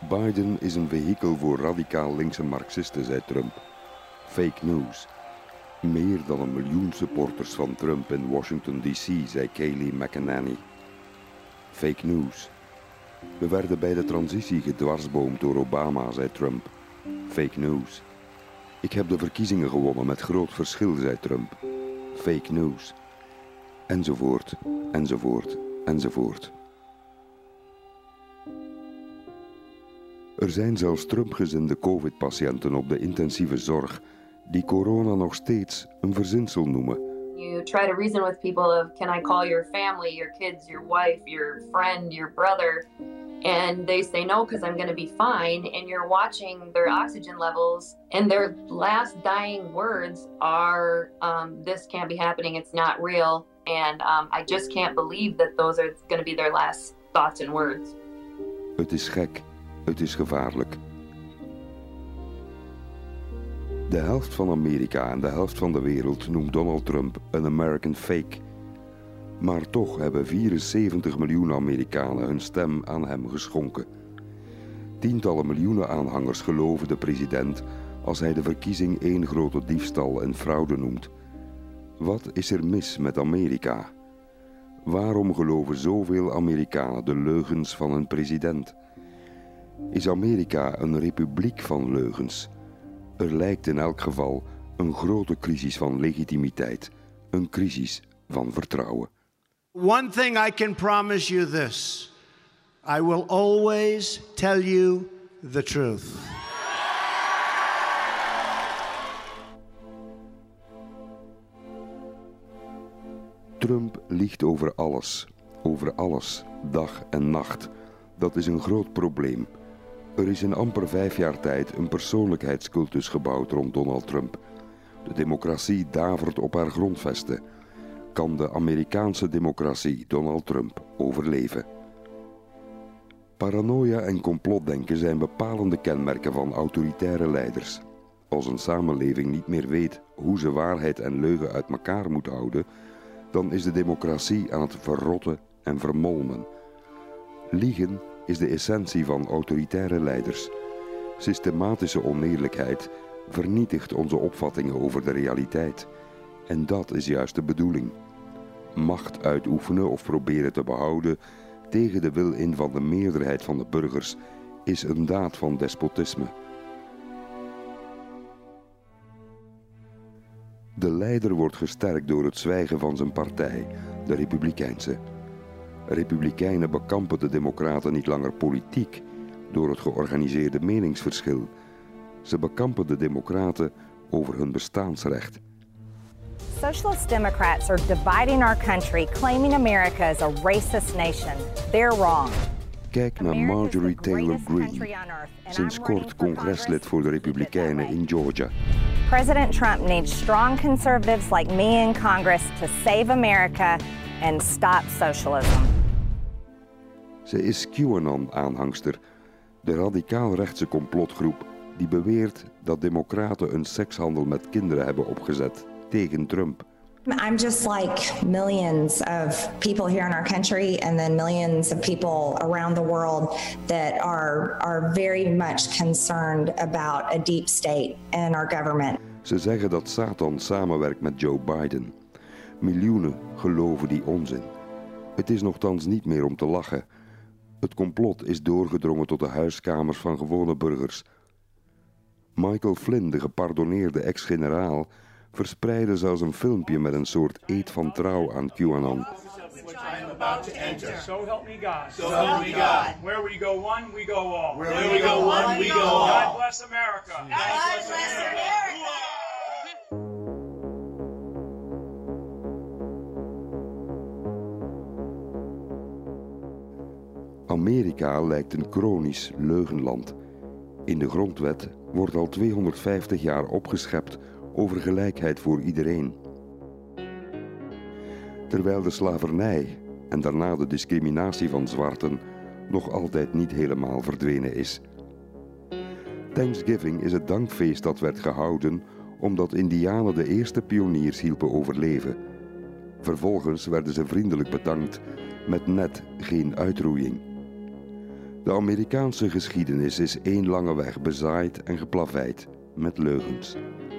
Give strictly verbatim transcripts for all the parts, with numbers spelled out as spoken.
Biden is een vehikel voor radicaal linkse marxisten, zei Trump. Fake news. Meer dan een miljoen supporters van Trump in Washington D C, zei Kayleigh McEnany. Fake news. We werden bij de transitie gedwarsboomd door Obama, zei Trump. Fake news. Ik heb de verkiezingen gewonnen met groot verschil, zei Trump. Fake news. Enzovoort, enzovoort, enzovoort. Er zijn zelfs Trump-gezinde COVID-patiënten op de intensieve zorg die corona nog steeds een verzinsel noemen. You try to reason with people of, can I call your family, your kids, your wife, your friend, your brother? And they say no, because I'm going to be fine. And you're watching their oxygen levels, and their last dying words are, um, this can't be happening, it's not real. And um, I just can't believe that those are going to be their last thoughts and words. Het is gek, het is gevaarlijk. De helft van Amerika en de helft van de wereld noemt Donald Trump een American fake. Maar toch hebben vierenzeventig miljoen Amerikanen hun stem aan hem geschonken. Tientallen miljoenen aanhangers geloven de president als hij de verkiezing één grote diefstal en fraude noemt. Wat is er mis met Amerika? Waarom geloven zoveel Amerikanen de leugens van hun president? Is Amerika een republiek van leugens? Er lijkt in elk geval een grote crisis van legitimiteit, een crisis van vertrouwen. One thing I can promise you this. I will always tell you the truth. Trump liegt over alles, over alles, dag en nacht. Dat is een groot probleem. Er is in amper vijf jaar tijd een persoonlijkheidscultus gebouwd rond Donald Trump. De democratie davert op haar grondvesten. Kan de Amerikaanse democratie Donald Trump overleven? Paranoia en complotdenken zijn bepalende kenmerken van autoritaire leiders. Als een samenleving niet meer weet hoe ze waarheid en leugen uit elkaar moet houden, dan is de democratie aan het verrotten en vermolmen. Liegen is de essentie van autoritaire leiders. Systematische oneerlijkheid vernietigt onze opvattingen over de realiteit. En dat is juist de bedoeling. Macht uitoefenen of proberen te behouden tegen de wil in van de meerderheid van de burgers is een daad van despotisme. De leider wordt gesterkt door het zwijgen van zijn partij, de Republikeinse. Republikeinen bekampen de democraten niet langer politiek door het georganiseerde meningsverschil. Ze bekampen de democraten over hun bestaansrecht. Socialist Democrats are dividing our country, claiming America is a racist nation. They're wrong. Kijk naar Marjorie Taylor Greene, sinds kort congreslid voor de Republikeinen in Georgia. President Trump needs strong conservatives like me in Congress to save America and stop socialism. Ze is QAnon-aanhangster, de radicaal-rechtse complotgroep die beweert dat democraten een sekshandel met kinderen hebben opgezet tegen Trump. I'm just like millions of people here in our country and then millions of people around the world that are are very much concerned about a deep state in our government. Ze zeggen dat Satan samenwerkt met Joe Biden. Miljoenen geloven die onzin. Het is nochtans niet meer om te lachen. Het complot is doorgedrongen tot de huiskamers van gewone burgers. Michael Flynn, de gepardonneerde ex-generaal, verspreidde zelfs een filmpje met een soort eed van trouw aan QAnon. So help me God. So help me God. Where we go one, we go all. Where we go one, we go all. God bless America. God bless America. Amerika lijkt een chronisch leugenland. In de grondwet wordt al tweehonderdvijftig jaar opgeschept over gelijkheid voor iedereen. Terwijl de slavernij en daarna de discriminatie van zwarten nog altijd niet helemaal verdwenen is. Thanksgiving is het dankfeest dat werd gehouden omdat Indianen de eerste pioniers hielpen overleven. Vervolgens werden ze vriendelijk bedankt met net geen uitroeiing. De Amerikaanse geschiedenis is één lange weg bezaaid en geplaveid met leugens.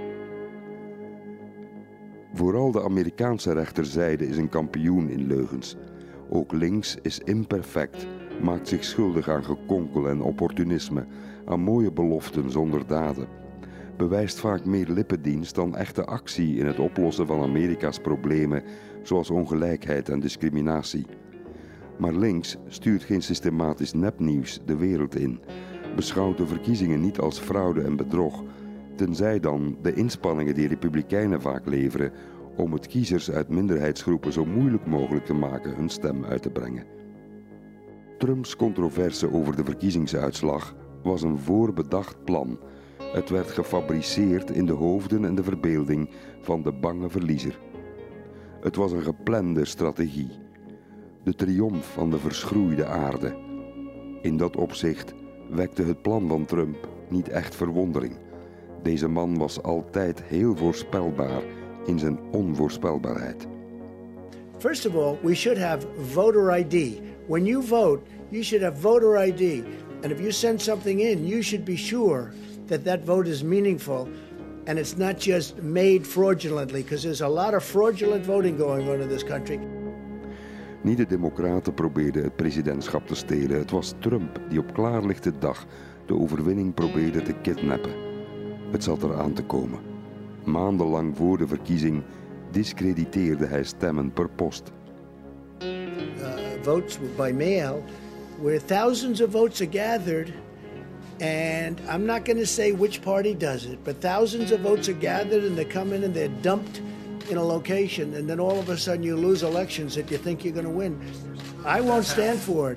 Vooral de Amerikaanse rechterzijde is een kampioen in leugens. Ook links is imperfect, maakt zich schuldig aan gekonkel en opportunisme, aan mooie beloften zonder daden. Bewijst vaak meer lippendienst dan echte actie in het oplossen van Amerika's problemen, zoals ongelijkheid en discriminatie. Maar links stuurt geen systematisch nepnieuws de wereld in, beschouwt de verkiezingen niet als fraude en bedrog, tenzij dan de inspanningen die republikeinen vaak leveren om het kiezers uit minderheidsgroepen zo moeilijk mogelijk te maken hun stem uit te brengen. Trumps controverse over de verkiezingsuitslag was een voorbedacht plan. Het werd gefabriceerd in de hoofden en de verbeelding van de bange verliezer. Het was een geplande strategie. De triomf van de verschroeide aarde. In dat opzicht wekte het plan van Trump niet echt verwondering. Deze man was altijd heel voorspelbaar in zijn onvoorspelbaarheid. First of all, we should have voter I D. When you vote, you should have voter I D. And if you send something in, you should be sure that that vote is meaningful and it's not just made fraudulently, because there's a lot of fraudulent voting going on in this country. Niet de democraten probeerden het presidentschap te stelen. Het was Trump die op klaarlichte dag de overwinning probeerde te kidnappen. Het zat eraan te komen. Maandenlang voor de verkiezing discrediteerde hij stemmen per post. Uh, votes by mail, where thousands of votes are gathered, and I'm not going to say which party does it, but thousands of votes are gathered and they come in and they're dumped in a location, and then all of a sudden you lose elections that you think you're going to win. I won't stand for it.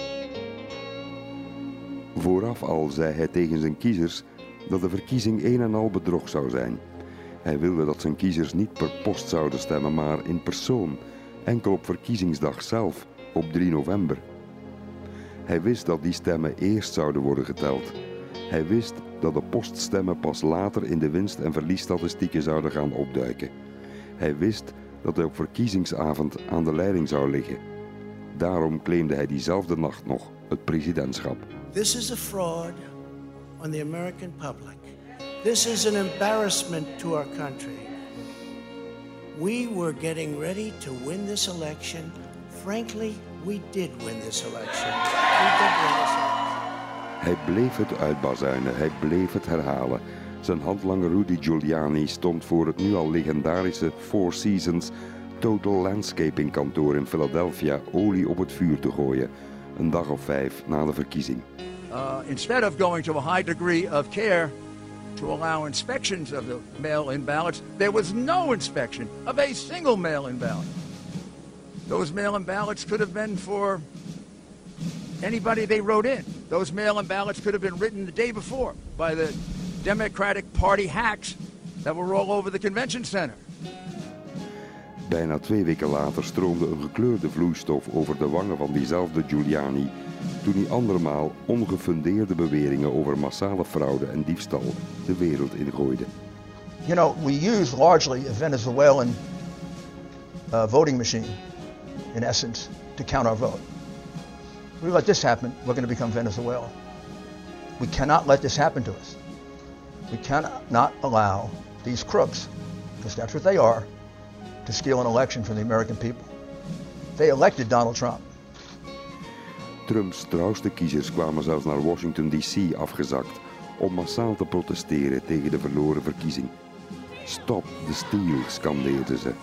Vooraf al zei hij tegen zijn kiezers dat de verkiezing een en al bedrog zou zijn. Hij wilde dat zijn kiezers niet per post zouden stemmen, maar in persoon, enkel op verkiezingsdag zelf, op drie november. Hij wist dat die stemmen eerst zouden worden geteld. Hij wist dat de poststemmen pas later in de winst- en verliesstatistieken zouden gaan opduiken. Hij wist dat hij op verkiezingsavond aan de leiding zou liggen. Daarom claimde hij diezelfde nacht nog het presidentschap. This is a fraud on the American public. This is an embarrassment to our country. We were getting ready to win this election. Frankly, we did win this election. We did win this election. Hij bleef het uitbazuinen, hij bleef het herhalen. Zijn handlanger Rudy Giuliani stond voor het nu al legendarische Four Seasons Total Landscaping kantoor in Philadelphia olie op het vuur te gooien, een dag of vijf na de verkiezing. Uh, instead of going to a high degree of care to allow inspections of the mail-in ballots, there was no inspection of a single mail-in ballot. Those mail-in ballots could have been for anybody they wrote in. Those mail-in ballots could have been written the day before by the Democratic Party hacks that were all over the convention center. Bijna twee weken later stroomde een gekleurde vloeistof over de wangen van diezelfde Giuliani toen hij andermaal ongefundeerde beweringen over massale fraude en diefstal de wereld ingooide. You know, we use largely a Venezuelan uh, voting machine, in essence, to count our vote. If we let this happen, we're going to become Venezuela. We cannot let this happen to us. We cannot allow these crooks, because that's what they are, to steal an election from the American people. They elected Donald Trump. Trumps trouwste kiezers kwamen zelfs naar Washington D C afgezakt om massaal te protesteren tegen de verloren verkiezing. Stop the steal, scandeerden ze.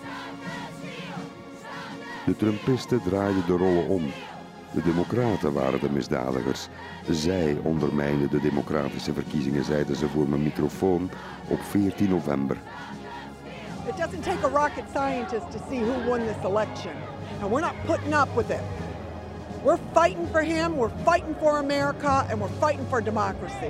De Trumpisten draaiden de rollen om. De Democraten waren de misdadigers. Zij ondermijnden de democratische verkiezingen, zeiden ze voor mijn microfoon op veertien november. It doesn't take a rocket scientist to see who won this election. And we're not putting up with it. We're fighting for him, we're fighting for America, and we're fighting for democracy.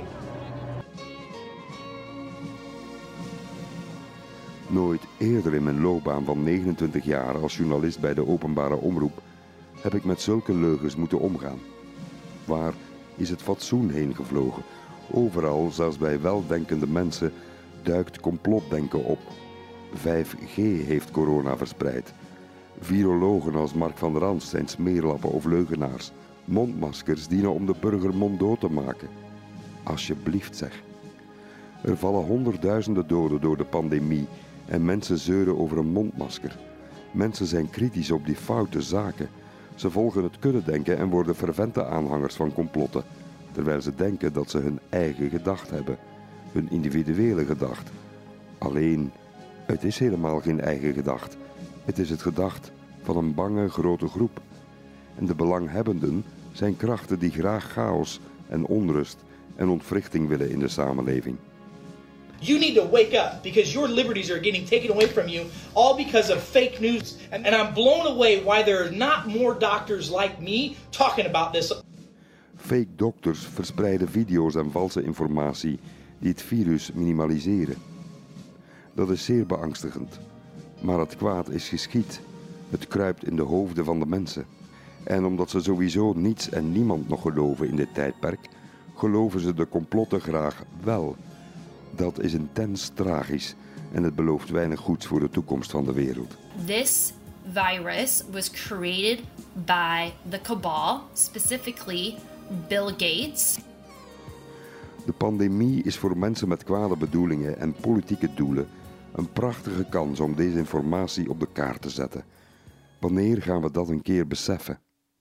Nooit eerder in mijn loopbaan van negenentwintig jaar als journalist bij de openbare omroep heb ik met zulke leugens moeten omgaan. Waar is het fatsoen heen gevlogen? Overal, zelfs bij weldenkende mensen, duikt complotdenken op. vijf G heeft corona verspreid. Virologen als Mark van der Ans zijn smeerlappen of leugenaars. Mondmaskers dienen om de burger monddood te maken. Alsjeblieft zeg. Er vallen honderdduizenden doden door de pandemie en mensen zeuren over een mondmasker. Mensen zijn kritisch op die foute zaken. Ze volgen het kuddedenken en worden fervente aanhangers van complotten, terwijl ze denken dat ze hun eigen gedacht hebben, hun individuele gedacht. Alleen, het is helemaal geen eigen gedacht. Het is het gedacht van een bange grote groep. En de belanghebbenden zijn krachten die graag chaos en onrust en ontwrichting willen in de samenleving. You need to wake up because your liberties are getting taken away from you all because of fake news. And, and I'm blown away why there are not more doctors like me talking about this. Fake dokters verspreiden video's en valse informatie die het virus minimaliseren. Dat is zeer beangstigend. Maar het kwaad is geschied. Het kruipt in de hoofden van de mensen. En omdat ze sowieso niets en niemand nog geloven in dit tijdperk, geloven ze de complotten graag wel. Dat is intens tragisch en het belooft weinig goeds voor de toekomst van de wereld. This virus was created by the cabal, specifically Bill Gates. De pandemie is voor mensen met kwade bedoelingen en politieke doelen een prachtige kans om desinformatie op de kaart te zetten. Wanneer gaan we dat een keer beseffen?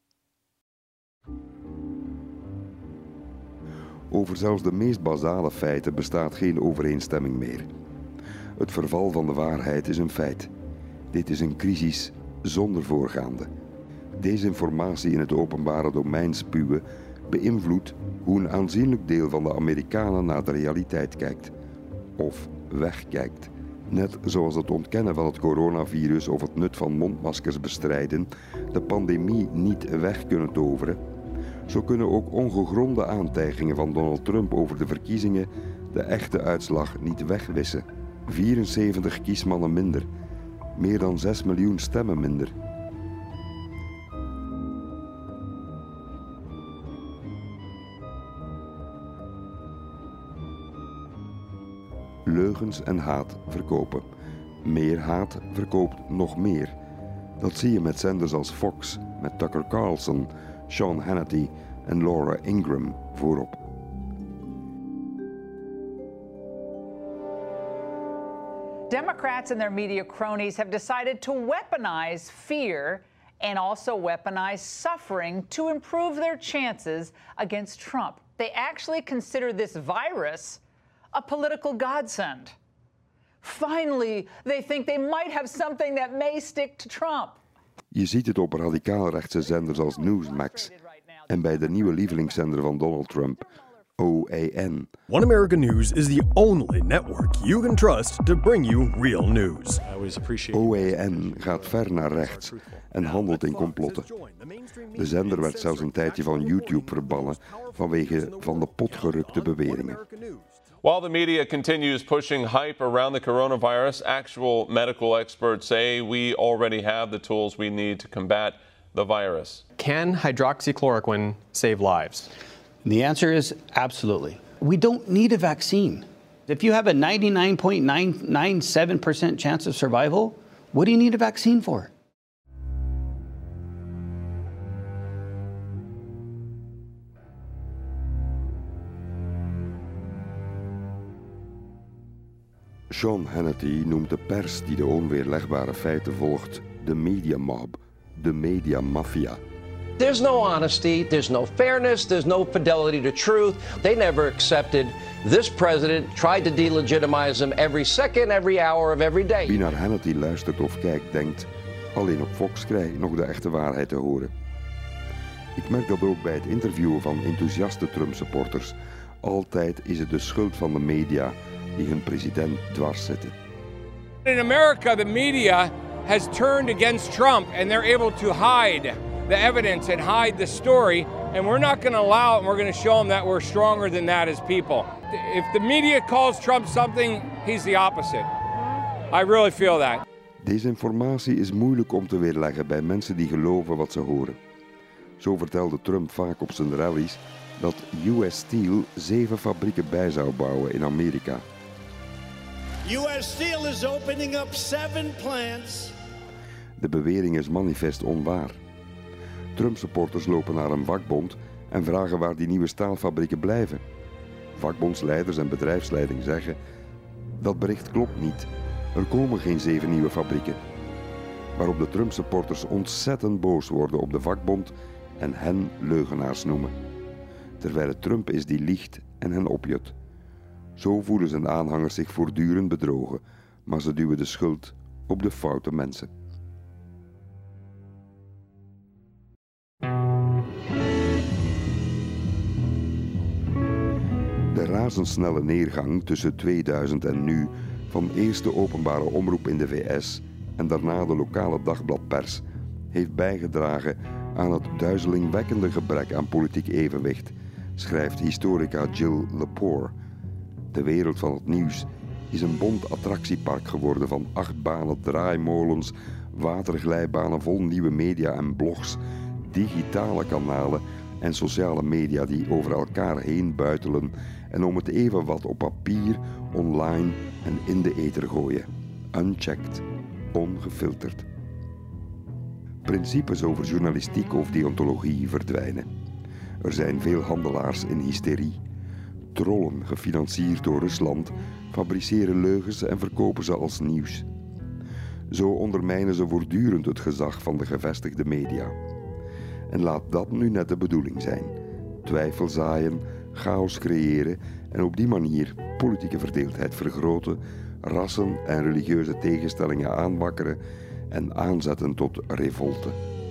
Over zelfs de meest basale feiten bestaat geen overeenstemming meer. Het verval van de waarheid is een feit. Dit is een crisis zonder voorgaande. Desinformatie in het openbare domein spuwen beïnvloedt hoe een aanzienlijk deel van de Amerikanen naar de realiteit kijkt. Of wegkijkt. Net zoals het ontkennen van het coronavirus of het nut van mondmaskers bestrijden de pandemie niet weg kunnen toveren, zo kunnen ook ongegronde aantijgingen van Donald Trump over de verkiezingen de echte uitslag niet wegwissen. vierenzeventig kiesmannen minder, meer dan zes miljoen stemmen minder. Leugens en haat verkopen. Meer haat verkoopt nog meer. Dat zie je met zenders als Fox, met Tucker Carlson, Sean Hannity en Laura Ingraham voorop. Democrats and their media cronies have decided to weaponize fear and also weaponize suffering to improve their chances against Trump. They actually consider this virus a political godsend. Finally, they think they might have something that may stick to Trump. Je ziet het op radicaal-rechtse zenders als Newsmax en bij de nieuwe lievelingszender van Donald Trump, O A N. One American News is the only network you can trust to bring you real news. O A N gaat ver naar rechts en handelt in complotten. De zender werd zelfs een tijdje van YouTube verbannen vanwege van de pot gerukte beweringen. While the media continues pushing hype around the coronavirus, actual medical experts say we already have the tools we need to combat the virus. Can hydroxychloroquine save lives? The answer is absolutely. We don't need a vaccine. If you have a ninety-nine point nine nine seven percent chance of survival, what do you need a vaccine for? Sean Hannity noemt de pers die de onweerlegbare feiten volgt de media mob, de media mafia. There's no honesty, there's no fairness, there's no fidelity to truth. They never accepted this president, tried to delegitimize him every second, every hour of every day. Wie naar Hannity luistert of kijkt, denkt, alleen op Fox krijg ik nog de echte waarheid te horen. Ik merk dat ook bij het interviewen van enthousiaste Trump-supporters. Altijd is het de schuld van de media die hun president dwars zitten. In America, the media has turned against Trump and they're able to hide the evidence and hide the story, and we're not going to allow it, and we're going to show them that we're stronger than that as people. If the media calls Trump something, he's the opposite. I really feel that. Desinformatie is moeilijk om te weerleggen bij mensen die geloven wat ze horen. Zo vertelde Trump vaak op zijn rallies dat U S Steel zeven fabrieken bij zou bouwen in Amerika. U S Steel is opening up seven plants. De bewering is manifest onwaar. Trump-supporters lopen naar een vakbond en vragen waar die nieuwe staalfabrieken blijven. Vakbondsleiders en bedrijfsleiding zeggen: dat bericht klopt niet, er komen geen zeven nieuwe fabrieken. Waarop de Trump-supporters ontzettend boos worden op de vakbond en hen leugenaars noemen. Terwijl het Trump is die liegt en hen opjut. Zo voelen zijn aanhangers zich voortdurend bedrogen, maar ze duwen de schuld op de foute mensen. De razendsnelle neergang tussen tweeduizend en nu van eerst de openbare omroep in de V S en daarna de lokale dagbladpers heeft bijgedragen aan het duizelingwekkende gebrek aan politiek evenwicht, schrijft historica Jill Lepore. De wereld van het nieuws is een bont attractiepark geworden van achtbanen, draaimolens, waterglijbanen vol nieuwe media en blogs, digitale kanalen en sociale media die over elkaar heen buitelen en om het even wat op papier, online en in de ether gooien. Unchecked, ongefilterd. Principes over journalistiek of deontologie verdwijnen. Er zijn veel handelaars in hysterie. Trollen, gefinancierd door Rusland, fabriceren leugens en verkopen ze als nieuws. Zo ondermijnen ze voortdurend het gezag van de gevestigde media. En laat dat nu net de bedoeling zijn. Twijfel zaaien, chaos creëren en op die manier politieke verdeeldheid vergroten, rassen en religieuze tegenstellingen aanwakkeren en aanzetten tot revolte.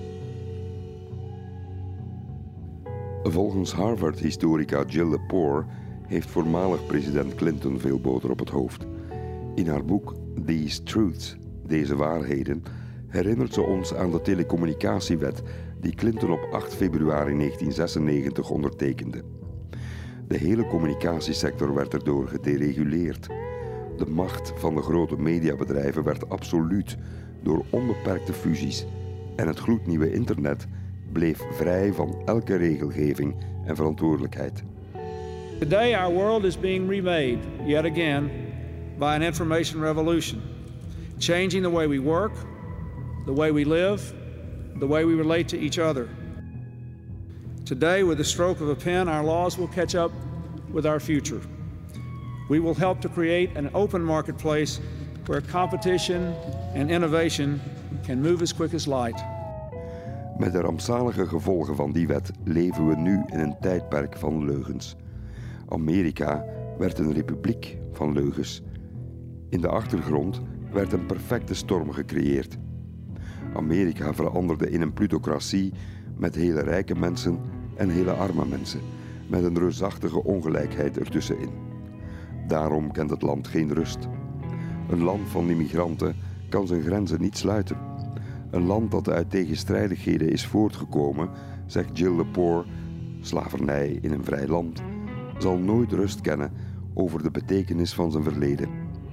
Volgens Harvard-historica Jill Lepore heeft voormalig president Clinton veel boter op het hoofd. In haar boek These Truths, deze waarheden, herinnert ze ons aan de telecommunicatiewet die Clinton op acht februari negentien zesennegentig ondertekende. De hele communicatiesector werd erdoor gedereguleerd. De macht van de grote mediabedrijven werd absoluut door onbeperkte fusies en het gloednieuwe internet bleef vrij van elke regelgeving en verantwoordelijkheid. Today our world is being remade yet again by an information revolution, changing the way we work, the way we live, the way we relate to each other. Today, with the stroke of a pen, our laws will catch up with our future. We will help to create an open marketplace where competition and innovation can move as quick as light. Met de rampzalige gevolgen van die wet leven we nu in een tijdperk van leugens. Amerika werd een republiek van leugens. In de achtergrond werd een perfecte storm gecreëerd. Amerika veranderde in een plutocratie met hele rijke mensen en hele arme mensen, met een reusachtige ongelijkheid ertussenin. Daarom kent het land geen rust. Een land van immigranten kan zijn grenzen niet sluiten. Een land dat uit tegenstrijdigheden is voortgekomen, zegt Jill Lepore, slavernij in een vrij land, zal nooit rust kennen over de betekenis van zijn verleden.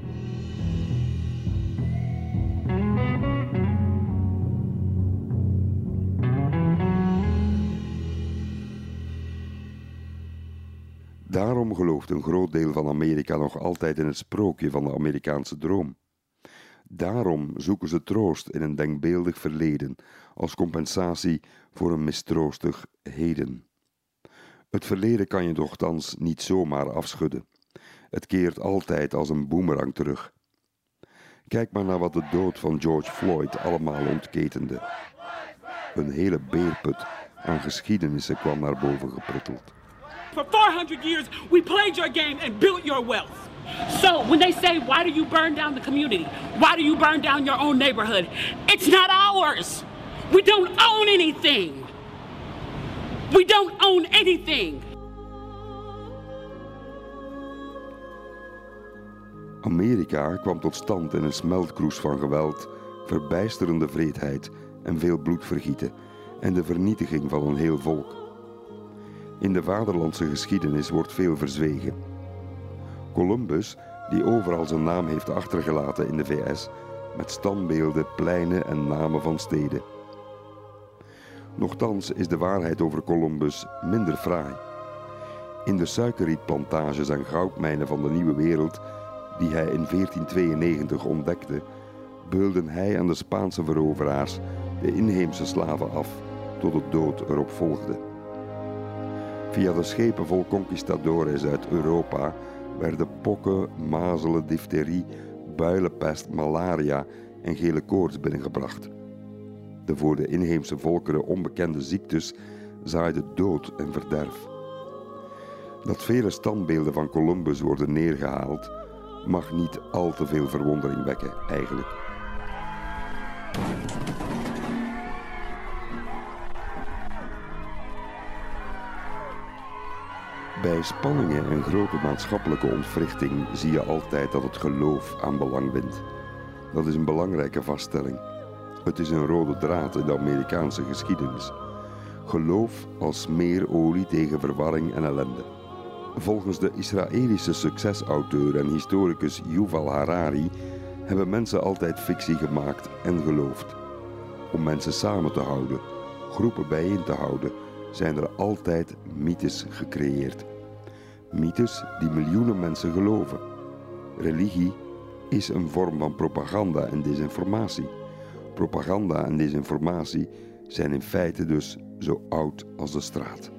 Daarom gelooft een groot deel van Amerika nog altijd in het sprookje van de Amerikaanse droom. Daarom zoeken ze troost in een denkbeeldig verleden als compensatie voor een mistroostig heden. Het verleden kan je nochtans niet zomaar afschudden. Het keert altijd als een boemerang terug. Kijk maar naar wat de dood van George Floyd allemaal ontketende. Een hele beerput aan geschiedenissen kwam naar boven geprikkeld. For four hundred years, we played your game and built your wealth. So when they say, why do you burn down the community? Why do you burn down your own neighborhood? It's not ours. We don't own anything. We don't own anything. Amerika kwam tot stand in een smeltkroes van geweld, verbijsterende wreedheid en veel bloedvergieten en de vernietiging van een heel volk. In de vaderlandse geschiedenis wordt veel verzwegen. Columbus, die overal zijn naam heeft achtergelaten in de V S, met standbeelden, pleinen en namen van steden. Nochtans is de waarheid over Columbus minder fraai. In de suikerrietplantages en goudmijnen van de Nieuwe Wereld, die hij in veertien tweeënnegentig ontdekte, beulden hij en de Spaanse veroveraars de inheemse slaven af tot de dood erop volgde. Via de schepen vol conquistadores uit Europa werden pokken, mazelen, difterie, builenpest, malaria en gele koorts binnengebracht. De voor de inheemse volkeren onbekende ziektes zaaiden dood en verderf. Dat vele standbeelden van Columbus worden neergehaald, mag niet al te veel verwondering wekken, eigenlijk. Bij spanningen en grote maatschappelijke ontwrichting zie je altijd dat het geloof aan belang wint. Dat is een belangrijke vaststelling. Het is een rode draad in de Amerikaanse geschiedenis. Geloof als smeerolie tegen verwarring en ellende. Volgens de Israëlische succesauteur en historicus Yuval Harari hebben mensen altijd fictie gemaakt en geloofd. Om mensen samen te houden, groepen bijeen te houden, zijn er altijd mythes gecreëerd. Mythes die miljoenen mensen geloven. Religie is een vorm van propaganda en desinformatie. Propaganda en desinformatie zijn in feite dus zo oud als de straat.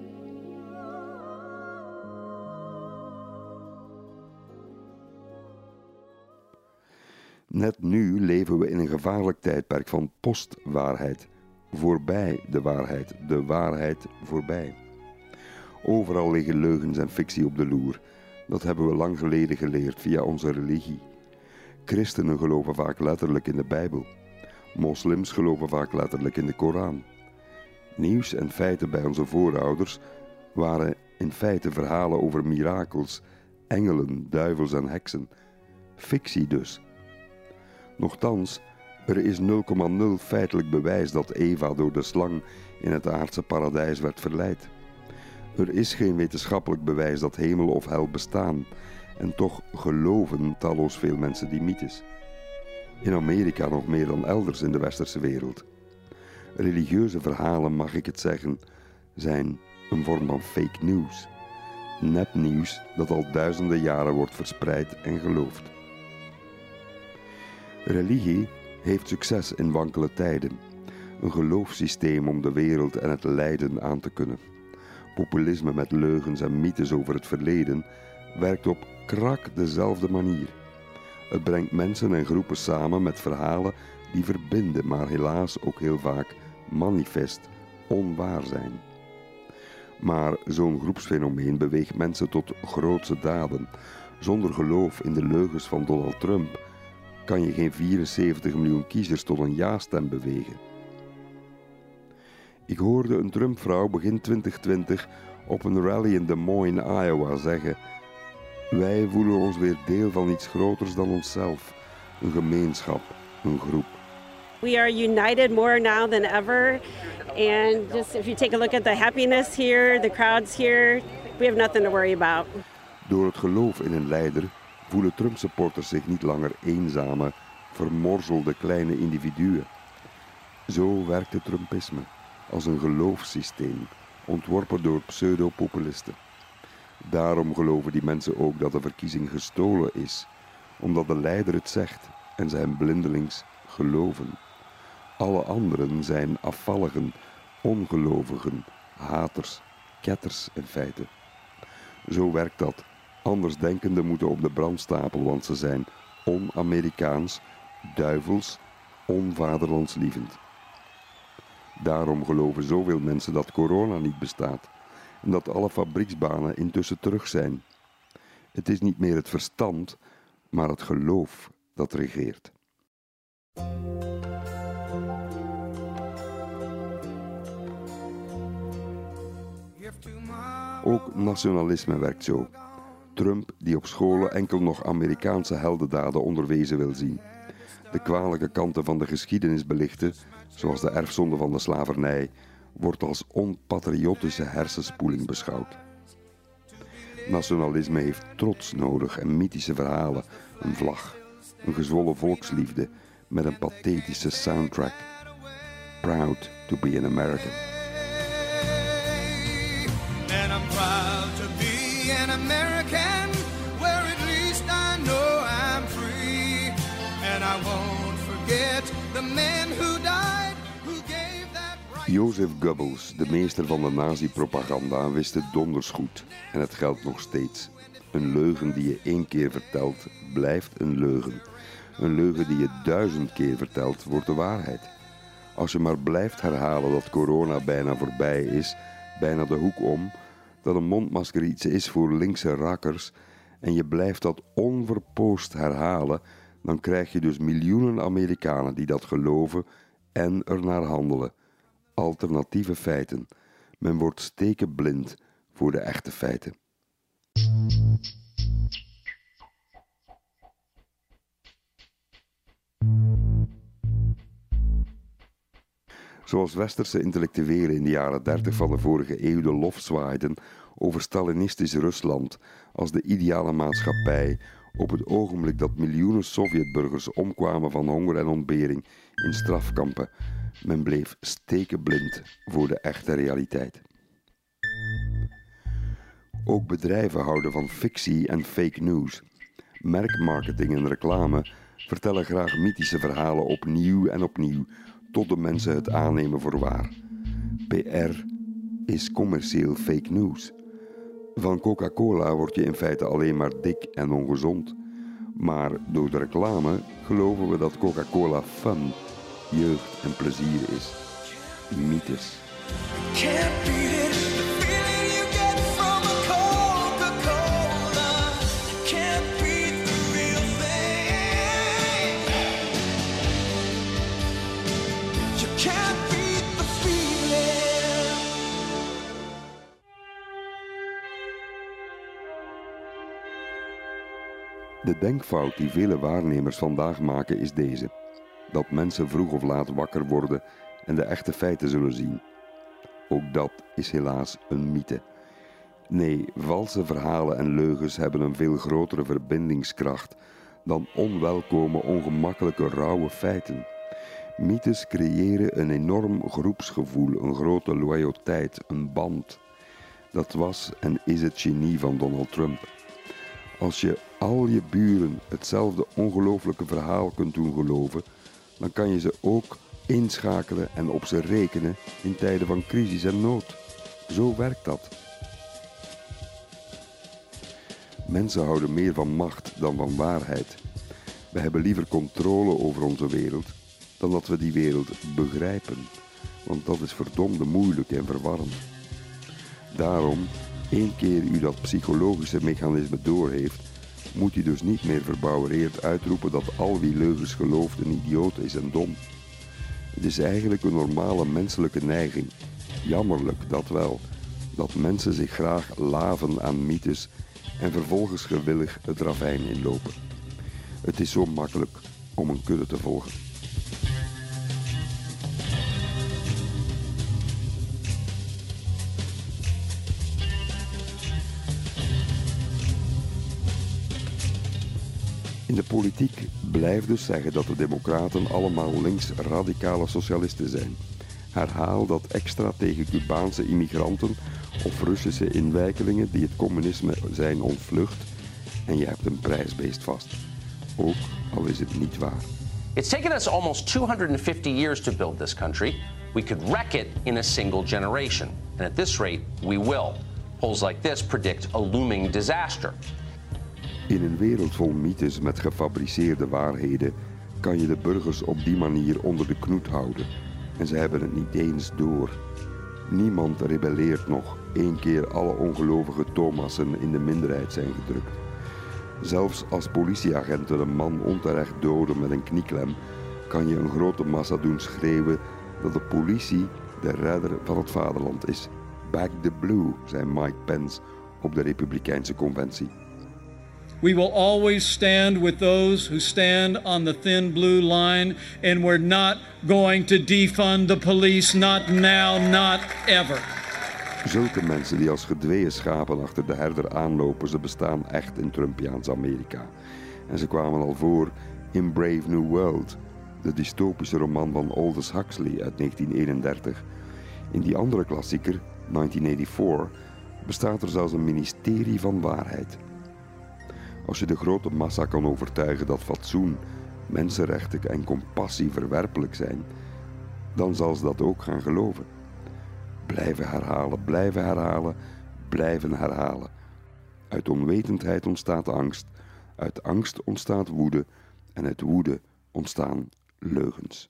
Net nu leven we in een gevaarlijk tijdperk van postwaarheid. Voorbij de waarheid, de waarheid voorbij. Overal liggen leugens en fictie op de loer. Dat hebben we lang geleden geleerd via onze religie. Christenen geloven vaak letterlijk in de Bijbel. Moslims geloven vaak letterlijk in de Koran. Nieuws en feiten bij onze voorouders waren in feite verhalen over mirakels, engelen, duivels en heksen. Fictie dus. Nochtans, er is nul komma nul feitelijk bewijs dat Eva door de slang in het aardse paradijs werd verleid. Er is geen wetenschappelijk bewijs dat hemel of hel bestaan, en toch geloven talloos veel mensen die mythes. In Amerika nog meer dan elders in de westerse wereld. Religieuze verhalen, mag ik het zeggen, zijn een vorm van fake news. Nepnieuws dat al duizenden jaren wordt verspreid en geloofd. Religie heeft succes in wankele tijden. Een geloofssysteem om de wereld en het lijden aan te kunnen. Populisme met leugens en mythes over het verleden werkt op krak dezelfde manier. Het brengt mensen en groepen samen met verhalen die verbinden, maar helaas ook heel vaak manifest onwaar zijn. Maar zo'n groepsfenomeen beweegt mensen tot grootse daden. Zonder geloof in de leugens van Donald Trump kan je geen vierenzeventig miljoen kiezers tot een ja-stem bewegen. Ik hoorde een Trump-vrouw begin twintig twintig op een rally in Des Moines, Iowa zeggen: wij voelen ons weer deel van iets groters dan onszelf. Een gemeenschap, een groep. We are united more now than ever. And just if you take a look at the happiness here, the crowds here, we have nothing to worry about. Door het geloof in een leider voelen Trump-supporters zich niet langer eenzame, vermorzelde kleine individuen. Zo werkt het Trumpisme, als een geloofssysteem, ontworpen door pseudopopulisten. Daarom geloven die mensen ook dat de verkiezing gestolen is, omdat de leider het zegt en ze hem blindelings geloven. Alle anderen zijn afvalligen, ongelovigen, haters, ketters in feite. Zo werkt dat. Andersdenkenden moeten op de brandstapel, want ze zijn on-Amerikaans, duivels, onvaderlandslievend. Daarom geloven zoveel mensen dat corona niet bestaat en dat alle fabrieksbanen intussen terug zijn. Het is niet meer het verstand, maar het geloof dat regeert. Ook nationalisme werkt zo. Trump, die op scholen enkel nog Amerikaanse heldendaden onderwezen wil zien. De kwalijke kanten van de geschiedenis belichten, zoals de erfzonde van de slavernij, wordt als onpatriotische hersenspoeling beschouwd. Nationalisme heeft trots nodig en mythische verhalen, een vlag, een gezwollen volksliefde met een pathetische soundtrack. Proud to be an American. And I'm proud to be an American, where at least I know I'm free. And I won't forget the men who died, who gave that right. Joseph Goebbels, de meester van de nazi-propaganda, wist het donders goed. En het geldt nog steeds. Een leugen die je één keer vertelt, blijft een leugen. Een leugen die je duizend keer vertelt, wordt de waarheid. Als je maar blijft herhalen dat corona bijna voorbij is, bijna de hoek om, dat een mondmasker iets is voor linkse rakkers, en je blijft dat onverpoost herhalen, dan krijg je dus miljoenen Amerikanen die dat geloven en ernaar handelen. Alternatieve feiten. Men wordt stekenblind voor de echte feiten. Zoals westerse intellectuelen in de jaren dertig van de vorige eeuw de lof zwaaiden over Stalinistisch Rusland als de ideale maatschappij op het ogenblik dat miljoenen Sovjetburgers omkwamen van honger en ontbering in strafkampen. Men bleef stekenblind voor de echte realiteit. Ook bedrijven houden van fictie en fake news. Merkmarketing en reclame vertellen graag mythische verhalen opnieuw en opnieuw, tot de mensen het aannemen voor waar. P R is commercieel fake news. Van Coca-Cola word je in feite alleen maar dik en ongezond. Maar door de reclame geloven we dat Coca-Cola fun, jeugd en plezier is. Mythes. De denkfout die vele waarnemers vandaag maken is deze: dat mensen vroeg of laat wakker worden en de echte feiten zullen zien. Ook dat is helaas een mythe. Nee, valse verhalen en leugens hebben een veel grotere verbindingskracht dan onwelkome, ongemakkelijke, rauwe feiten. Mythes creëren een enorm groepsgevoel, een grote loyaliteit, een band. Dat was en is het genie van Donald Trump. Als je al je buren hetzelfde ongelooflijke verhaal kunt doen geloven, dan kan je ze ook inschakelen en op ze rekenen in tijden van crisis en nood. Zo werkt dat. Mensen houden meer van macht dan van waarheid. We hebben liever controle over onze wereld dan dat we die wereld begrijpen, want dat is verdomde moeilijk en verwarrend. Daarom, één keer u dat psychologische mechanisme doorheeft, moet u dus niet meer verbouwereerd uitroepen dat al wie leugens gelooft een idioot is en dom. Het is eigenlijk een normale menselijke neiging, jammerlijk dat wel, dat mensen zich graag laven aan mythes en vervolgens gewillig het ravijn inlopen. Het is zo makkelijk om een kudde te volgen. In de politiek blijft dus zeggen dat de democraten allemaal links-radicale socialisten zijn. Herhaal dat extra tegen Cubaanse immigranten of Russische inwijkelingen die het communisme zijn ontvlucht en je hebt een prijsbeest vast. Ook al is het niet waar. It's taken us almost two hundred fifty years to build this country. We could wreck it in a single generation. And at this rate, we will. Polls like this predict a looming disaster. In een wereld vol mythes met gefabriceerde waarheden kan je de burgers op die manier onder de knoet houden. En ze hebben het niet eens door. Niemand rebelleert nog één keer alle ongelovige Thomassen in de minderheid zijn gedrukt. Zelfs als politieagenten een man onterecht doden met een knieklem, kan je een grote massa doen schreeuwen dat de politie de redder van het vaderland is. Back the blue, zei Mike Pence op de Republikeinse conventie. We will always stand with those who stand on the thin blue line, and we're not going to defund the police, not now, not ever. Zulke mensen die als gedweeën schapen achter de herder aanlopen, ze bestaan echt in Trumpiaans Amerika. En ze kwamen al voor in Brave New World, de dystopische roman van Aldous Huxley uit negentien eenendertig. In die andere klassieker, negentien eenennegentig, bestaat er zelfs een ministerie van waarheid. Als je de grote massa kan overtuigen dat fatsoen, mensenrechten en compassie verwerpelijk zijn, dan zal ze dat ook gaan geloven. Blijven herhalen, blijven herhalen, blijven herhalen. Uit onwetendheid ontstaat angst, uit angst ontstaat woede en uit woede ontstaan leugens.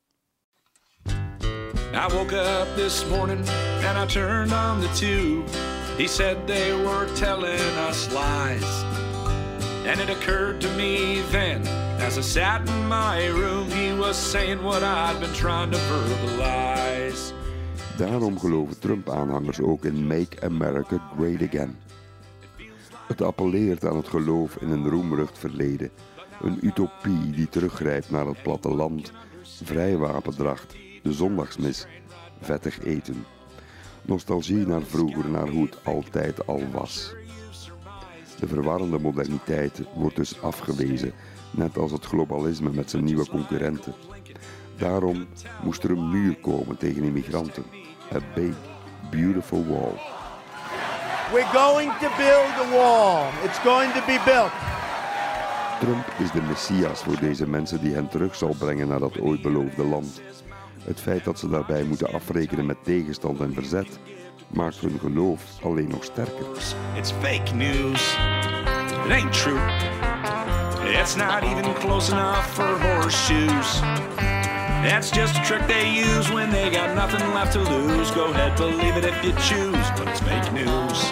I woke up this morning and I turned on the tube. He said they were telling us lies. And it occurred to me then, as I sat in my room, he was saying what I'd been trying to verbalize. Daarom geloven Trump-aanhangers ook in Make America Great Again. Het appelleert aan het geloof in een roemrucht verleden, een utopie die teruggrijpt naar het platteland, vrij wapendracht, de zondagsmis, vettig eten. Nostalgie naar vroeger, naar hoe het altijd al was. De verwarrende moderniteit wordt dus afgewezen, net als het globalisme met zijn nieuwe concurrenten. Daarom moest er een muur komen tegen immigranten. A big, beautiful wall. We're going to build a wall. It's going to be built. Trump is de messias voor deze mensen die hen terug zal brengen naar dat ooit beloofde land. Het feit dat ze daarbij moeten afrekenen met tegenstand en verzet maakt hun geloof alleen nog sterker. It's fake news. It ain't true. It's not even close enough for horseshoes. That's just a trick they use when they got nothing left to lose. Go ahead, believe it if you choose, but it's fake news.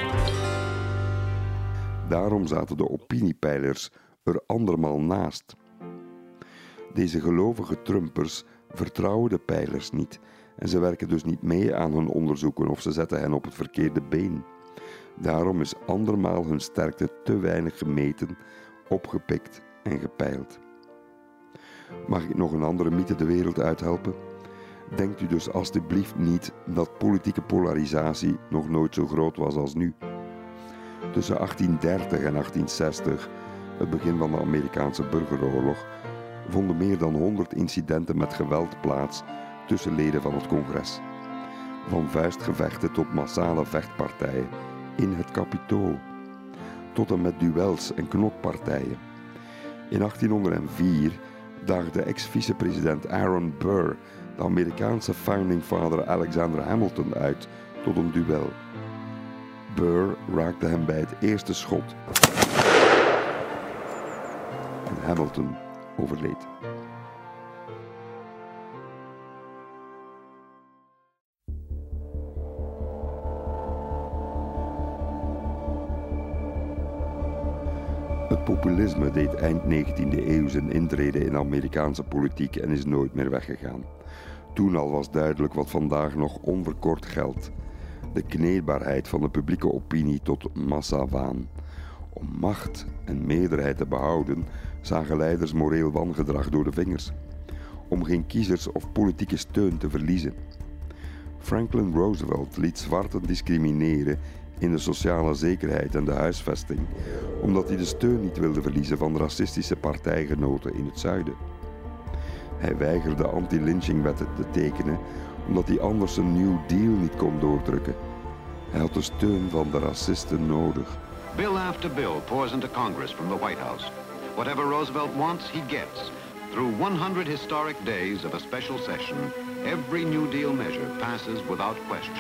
Daarom zaten de opiniepeilers er andermaal naast. Deze gelovige Trumpers vertrouwen de peilers niet en ze werken dus niet mee aan hun onderzoeken of ze zetten hen op het verkeerde been. Daarom is andermaal hun sterkte te weinig gemeten, opgepikt en gepeild. Mag ik nog een andere mythe de wereld uithelpen? Denkt u dus alstublieft niet dat politieke polarisatie nog nooit zo groot was als nu. Tussen achttien dertig en achttien zestig, het begin van de Amerikaanse burgeroorlog, vonden meer dan honderd incidenten met geweld plaats tussen leden van het congres. Van vuistgevechten tot massale vechtpartijen in het Capitool, tot en met duels en knokpartijen. In achttienhonderdvier daagde ex-vicepresident Aaron Burr de Amerikaanse founding father Alexander Hamilton uit tot een duel. Burr raakte hem bij het eerste schot en Hamilton overleed. Het populisme deed eind negentiende eeuw zijn intrede in Amerikaanse politiek en is nooit meer weggegaan. Toen al was duidelijk wat vandaag nog onverkort geldt. De kneedbaarheid van de publieke opinie tot massawaan. Om macht en meerderheid te behouden zagen leiders moreel wangedrag door de vingers. Om geen kiezers of politieke steun te verliezen. Franklin Roosevelt liet zwarten discrimineren in de sociale zekerheid en de huisvesting, omdat hij de steun niet wilde verliezen van racistische partijgenoten in het zuiden. Hij weigerde anti-lynchingwetten te tekenen, omdat hij anders een New Deal niet kon doordrukken. Hij had de steun van de racisten nodig. Bill after bill pours into Congress from the White House. Whatever Roosevelt wants, he gets. Through one hundred historic days of a special session, every New Deal measure passes without question.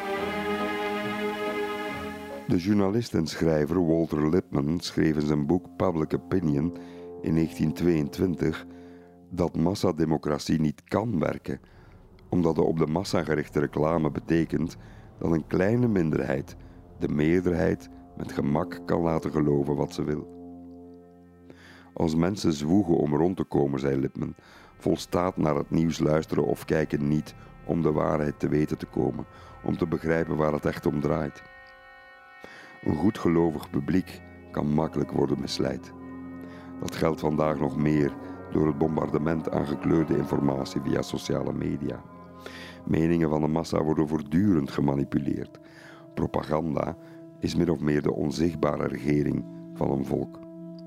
De journalist en schrijver Walter Lippmann schreef in zijn boek Public Opinion in negentien tweeëntwintig dat massademocratie niet kan werken, omdat de op de massa gerichte reclame betekent dat een kleine minderheid de meerderheid met gemak kan laten geloven wat ze wil. Als mensen zwoegen om rond te komen, zei Lippmann, volstaat naar het nieuws luisteren of kijken niet om de waarheid te weten te komen, om te begrijpen waar het echt om draait. Een goedgelovig publiek kan makkelijk worden misleid. Dat geldt vandaag nog meer door het bombardement aan gekleurde informatie via sociale media. Meningen van de massa worden voortdurend gemanipuleerd. Propaganda is min of meer de onzichtbare regering van een volk.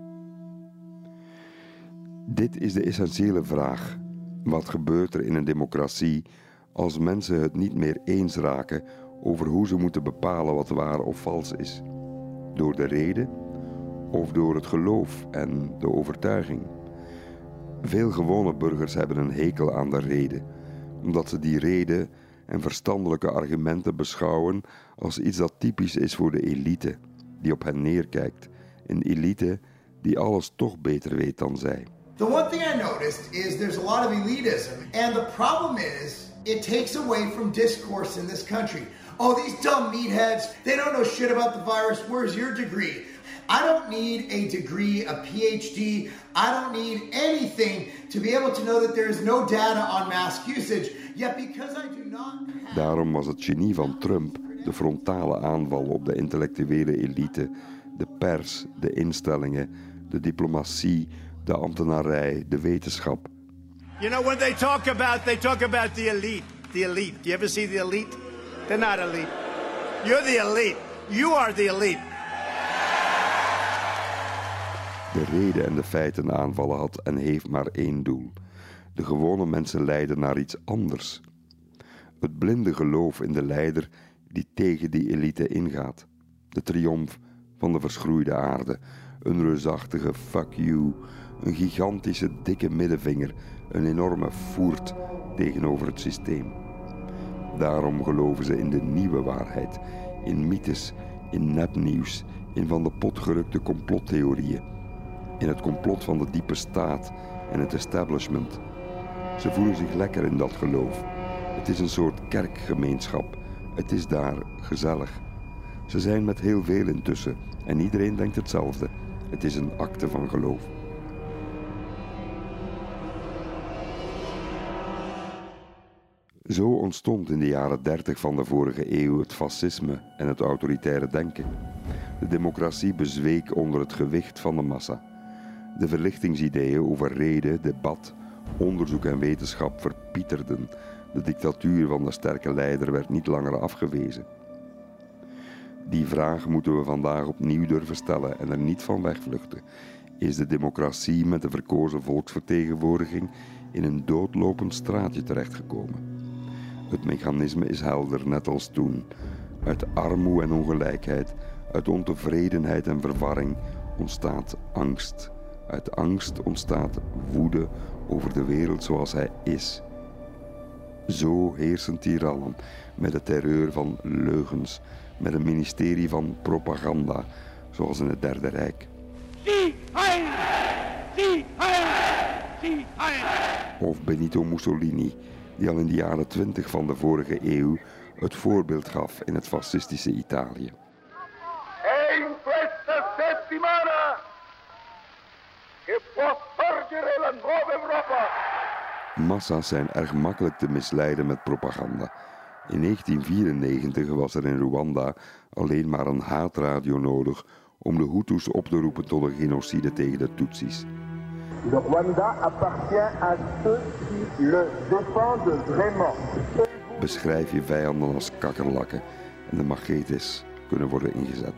Dit is de essentiële vraag. Wat gebeurt er in een democratie als mensen het niet meer eens raken over hoe ze moeten bepalen wat waar of vals is? Door de reden of door het geloof en de overtuiging? Veel gewone burgers hebben een hekel aan de reden, omdat ze die reden en verstandelijke argumenten beschouwen als iets dat typisch is voor de elite, die op hen neerkijkt. Een elite die alles toch beter weet dan zij. The one thing I noticed is there's a lot of elitism, and the problem is it takes away from discourse in this country. Oh, these dumb meatheads, they don't know shit about the virus. Where's your degree? I don't need a degree, a P H D. I don't need anything to be able to know that there is no data on mask usage. Yet because I do not have... Daarom was het genie van Trump de frontale aanval op de intellectuele elite, de pers, de instellingen, de diplomatie, de ambtenarij, de wetenschap. You know, when they talk about, they talk about the elite. The elite. Do you ever see the elite? They're not elite. You're the elite. You are the elite. De reden en de feiten aanvallen had en heeft maar één doel. De gewone mensen leiden naar iets anders. Het blinde geloof in de leider die tegen die elite ingaat. De triomf van de verschroeide aarde. Een reusachtige fuck you. Een gigantische dikke middenvinger. Een enorme voert tegenover het systeem. Daarom geloven ze in de nieuwe waarheid. In mythes, in nepnieuws, in van de pot gerukte complottheorieën. In het complot van de diepe staat en het establishment. Ze voelen zich lekker in dat geloof. Het is een soort kerkgemeenschap. Het is daar gezellig. Ze zijn met heel veel intussen en iedereen denkt hetzelfde. Het is een akte van geloof. Zo ontstond in de jaren dertig van de vorige eeuw het fascisme en het autoritaire denken. De democratie bezweek onder het gewicht van de massa. De verlichtingsideeën over reden, debat, onderzoek en wetenschap verpieterden. De dictatuur van de sterke leider werd niet langer afgewezen. Die vraag moeten we vandaag opnieuw durven stellen en er niet van wegvluchten. Is de democratie met de verkozen volksvertegenwoordiging in een doodlopend straatje terechtgekomen? Het mechanisme is helder, net als toen. Uit armoede en ongelijkheid, uit ontevredenheid en verwarring ontstaat angst. Uit angst ontstaat woede over de wereld zoals hij is. Zo heersen tirannen met de terreur van leugens, met een ministerie van propaganda, zoals in het Derde Rijk. Of Benito Mussolini, die al in de jaren twintig van de vorige eeuw het voorbeeld gaf in het fascistische Italië. E in questa settimana che può sorgere la nuova Europa. Massa's zijn erg makkelijk te misleiden met propaganda. In negentien vierennegentig was er in Rwanda alleen maar een haatradio nodig om de Hutus op te roepen tot een genocide tegen de Tutsis. Le Rwanda appartient à ceux qui le défendent vraiment. Beschrijf je vijanden als kakkerlakken en de machetes kunnen worden ingezet.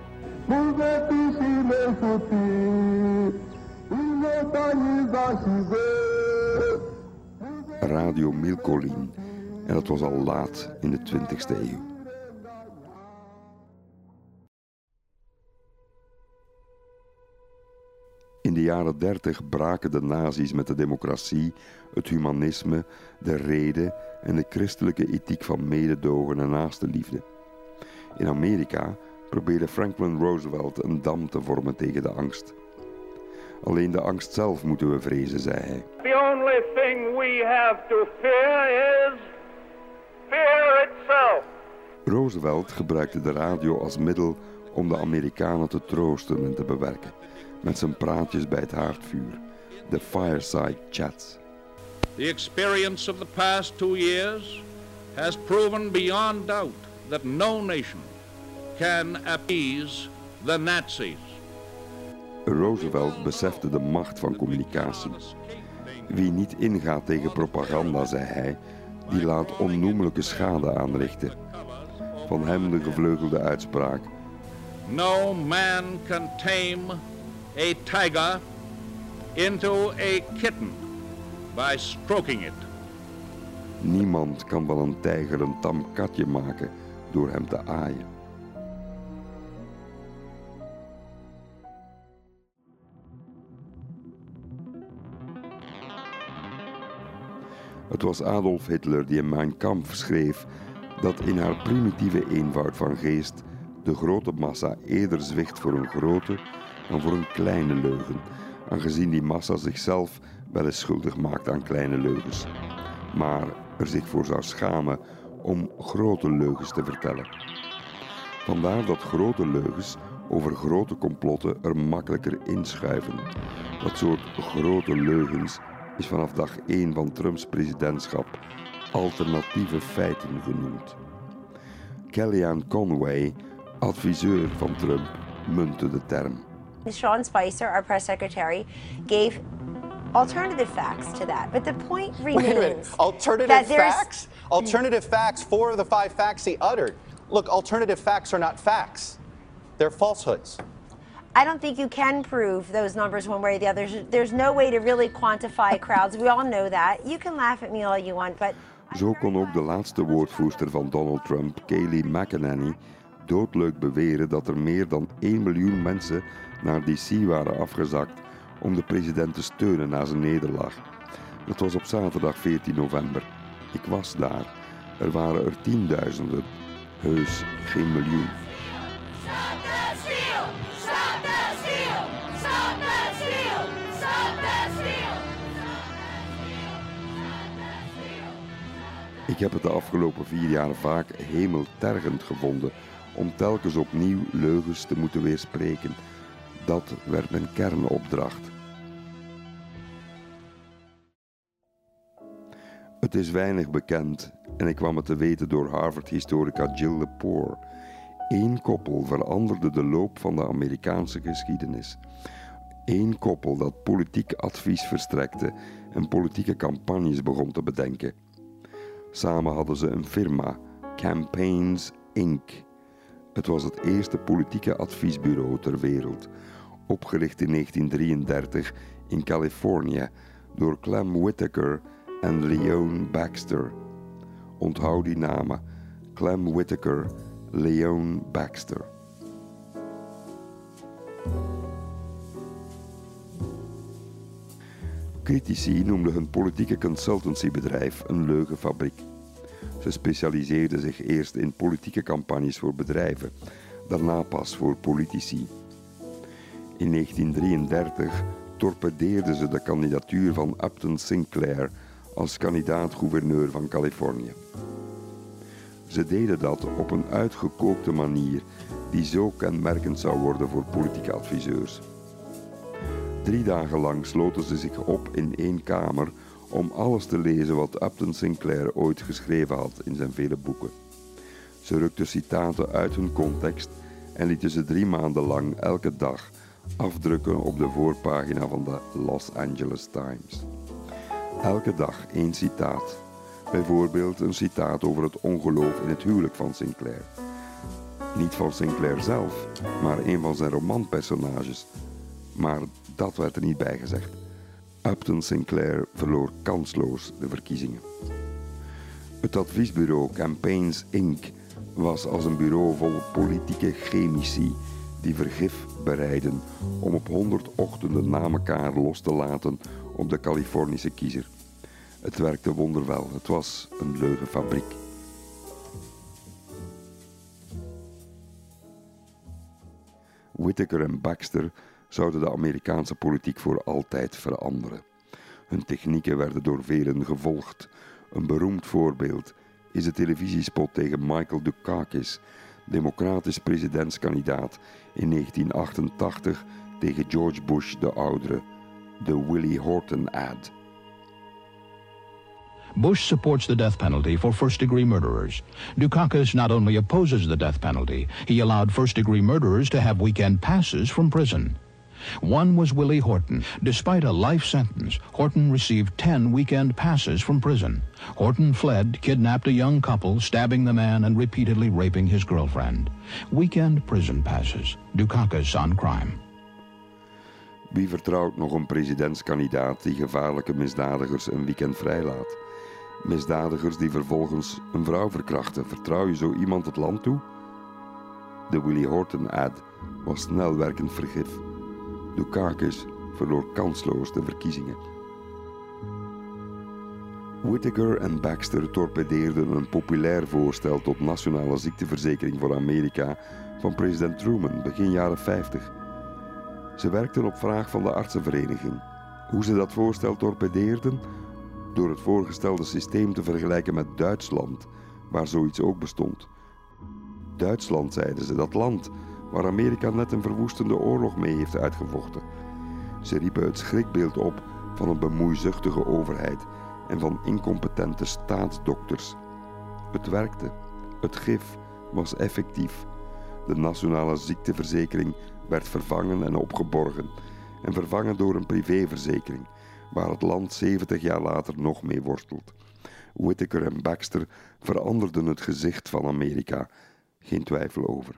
Radio Milcolin, en dat was al laat in de twintigste eeuw. In de jaren dertig braken de nazi's met de democratie, het humanisme, de rede en de christelijke ethiek van mededogen en naastenliefde. In Amerika probeerde Franklin Roosevelt een dam te vormen tegen de angst. Alleen de angst zelf moeten we vrezen, zei hij. The only thing we have to fear is fear itself. Roosevelt gebruikte de radio als middel om de Amerikanen te troosten en te bewerken. Met zijn praatjes bij het haardvuur, de fireside chats. The experience of the past two years has proven beyond doubt that no nation can appease the Nazis. Roosevelt besefte de macht van communicatie. Wie niet ingaat tegen propaganda, zei hij, die laat onnoemelijke schade aanrichten. Van hem de gevleugelde uitspraak: No man can tame a tiger into a kitten by stroking it. Niemand kan van een tijger een tam katje maken door hem te aaien. Het was Adolf Hitler die in Mein Kampf schreef dat in haar primitieve eenvoud van geest de grote massa eerder zwicht voor een grote dan voor een kleine leugen, aangezien die massa zichzelf wel eens schuldig maakt aan kleine leugens, maar er zich voor zou schamen om grote leugens te vertellen. Vandaar dat grote leugens over grote complotten er makkelijker inschuiven. Dat soort grote leugens is vanaf dag één van Trumps presidentschap alternatieve feiten genoemd. Kellyanne Conway, adviseur van Trump, muntte de term. Sean Spicer, our press secretary, gave alternative facts to that. But the point remains. Wait a minute. Alternative facts? Alternative facts, four of the five facts he uttered. Look, alternative facts are not facts. They're falsehoods. I don't think you can prove those numbers one way or the other. There's, there's no way to really quantify crowds. We all know that. You can laugh at me all you want, but... Zo kon ook de laatste woordvoerster van Donald Trump, Kayleigh McEnany, doodleuk beweren dat er meer dan één miljoen mensen naar D C waren afgezakt om de president te steunen na zijn nederlaag. Dat was op zaterdag veertien november. Ik was daar. Er waren er tienduizenden. Heus geen miljoen. Stop the steal! Stop the steal! Stop the steal! Stop the steal! Ik heb het de afgelopen vier jaar vaak hemeltergend gevonden om telkens opnieuw leugens te moeten weerspreken. Dat werd mijn kernopdracht. Het is weinig bekend en ik kwam het te weten door Harvard-historica Jill Lepore. Eén koppel veranderde de loop van de Amerikaanse geschiedenis. Eén koppel dat politiek advies verstrekte en politieke campagnes begon te bedenken. Samen hadden ze een firma, Campaigns incorporated. Het was het eerste politieke adviesbureau ter wereld, opgericht in negentien drieëndertig in Californië door Clem Whitaker en Leone Baxter. Onthoud die namen, Clem Whitaker, Leone Baxter. Critici noemden hun politieke consultancybedrijf een leugenfabriek. Ze specialiseerden zich eerst in politieke campagnes voor bedrijven, daarna pas voor politici. In negentien drieëndertig torpedeerden ze de kandidatuur van Upton Sinclair als kandidaat-gouverneur van Californië. Ze deden dat op een uitgekookte manier die zo kenmerkend zou worden voor politieke adviseurs. Drie dagen lang sloten ze zich op in één kamer om alles te lezen wat Upton Sinclair ooit geschreven had in zijn vele boeken. Ze rukten citaten uit hun context en lieten ze drie maanden lang elke dag afdrukken op de voorpagina van de Los Angeles Times. Elke dag één citaat. Bijvoorbeeld een citaat over het ongeloof in het huwelijk van Sinclair. Niet van Sinclair zelf, maar een van zijn romanpersonages. Maar dat werd er niet bij gezegd. Upton Sinclair verloor kansloos de verkiezingen. Het adviesbureau Campaigns incorporated was als een bureau vol politieke chemici die vergif bereiden om op honderd ochtenden na elkaar los te laten op de Californische kiezer. Het werkte wonderwel, het was een leugenfabriek. Whitaker en Baxter zouden de Amerikaanse politiek voor altijd veranderen. Hun technieken werden door velen gevolgd. Een beroemd voorbeeld is de televisiespot tegen Michael Dukakis, democratisch presidentskandidaat in negentien achtentachtig tegen George Bush de oudere, de Willie Horton ad. Bush supports the death penalty for first-degree murderers. Dukakis not only opposes the death penalty, he allowed first-degree murderers to have weekend passes from prison. One was Willie Horton. Despite a life sentence, Horton received ten weekend passes from prison. Horton fled, kidnapped a young couple, stabbing the man and repeatedly raping his girlfriend. Weekend prison passes. Dukakis on crime. Wie vertrouwt nog een presidentskandidaat die gevaarlijke misdadigers een weekend vrijlaat? Misdadigers die vervolgens een vrouw verkrachten. Vertrouw je zo iemand het land toe? De Willie Horton ad was snel werkend vergif. Dukakis verloor kansloos de verkiezingen. Whittaker en Baxter torpedeerden een populair voorstel tot nationale ziekteverzekering voor Amerika van president Truman begin jaren vijftig. Ze werkten op vraag van de artsenvereniging. Hoe ze dat voorstel torpedeerden? Door het voorgestelde systeem te vergelijken met Duitsland, waar zoiets ook bestond. Duitsland, zeiden ze, dat land waar Amerika net een verwoestende oorlog mee heeft uitgevochten. Ze riepen het schrikbeeld op van een bemoeizuchtige overheid en van incompetente staatsdokters. Het werkte. Het gif was effectief. De nationale ziekteverzekering werd vervangen en opgeborgen en vervangen door een privéverzekering, waar het land zeventig jaar later nog mee worstelt. Whittaker en Baxter veranderden het gezicht van Amerika, geen twijfel over.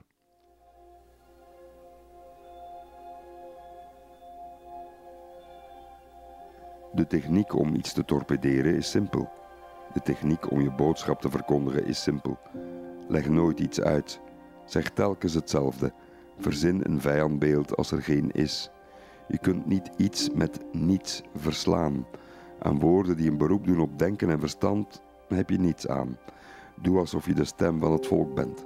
De techniek om iets te torpederen is simpel. De techniek om je boodschap te verkondigen is simpel. Leg nooit iets uit. Zeg telkens hetzelfde. Verzin een vijandbeeld als er geen is. Je kunt niet iets met niets verslaan. Aan woorden die een beroep doen op denken en verstand heb je niets aan. Doe alsof je de stem van het volk bent.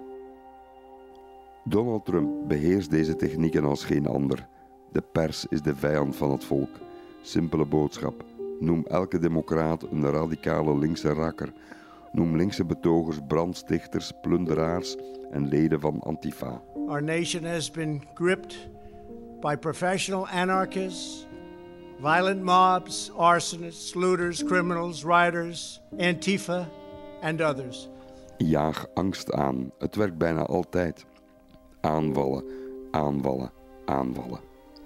Donald Trump beheerst deze technieken als geen ander. De pers is de vijand van het volk. Simpele boodschap. Noem elke democraat een radicale linkse rakker. Noem linkse betogers brandstichters, plunderaars en leden van Antifa. Our nation has been gripped by professional anarchists, violent mobs, arsonists, looters, criminals, rioters, Antifa and others. Jaag angst aan. Het werkt bijna altijd. Aanvallen, aanvallen, aanvallen.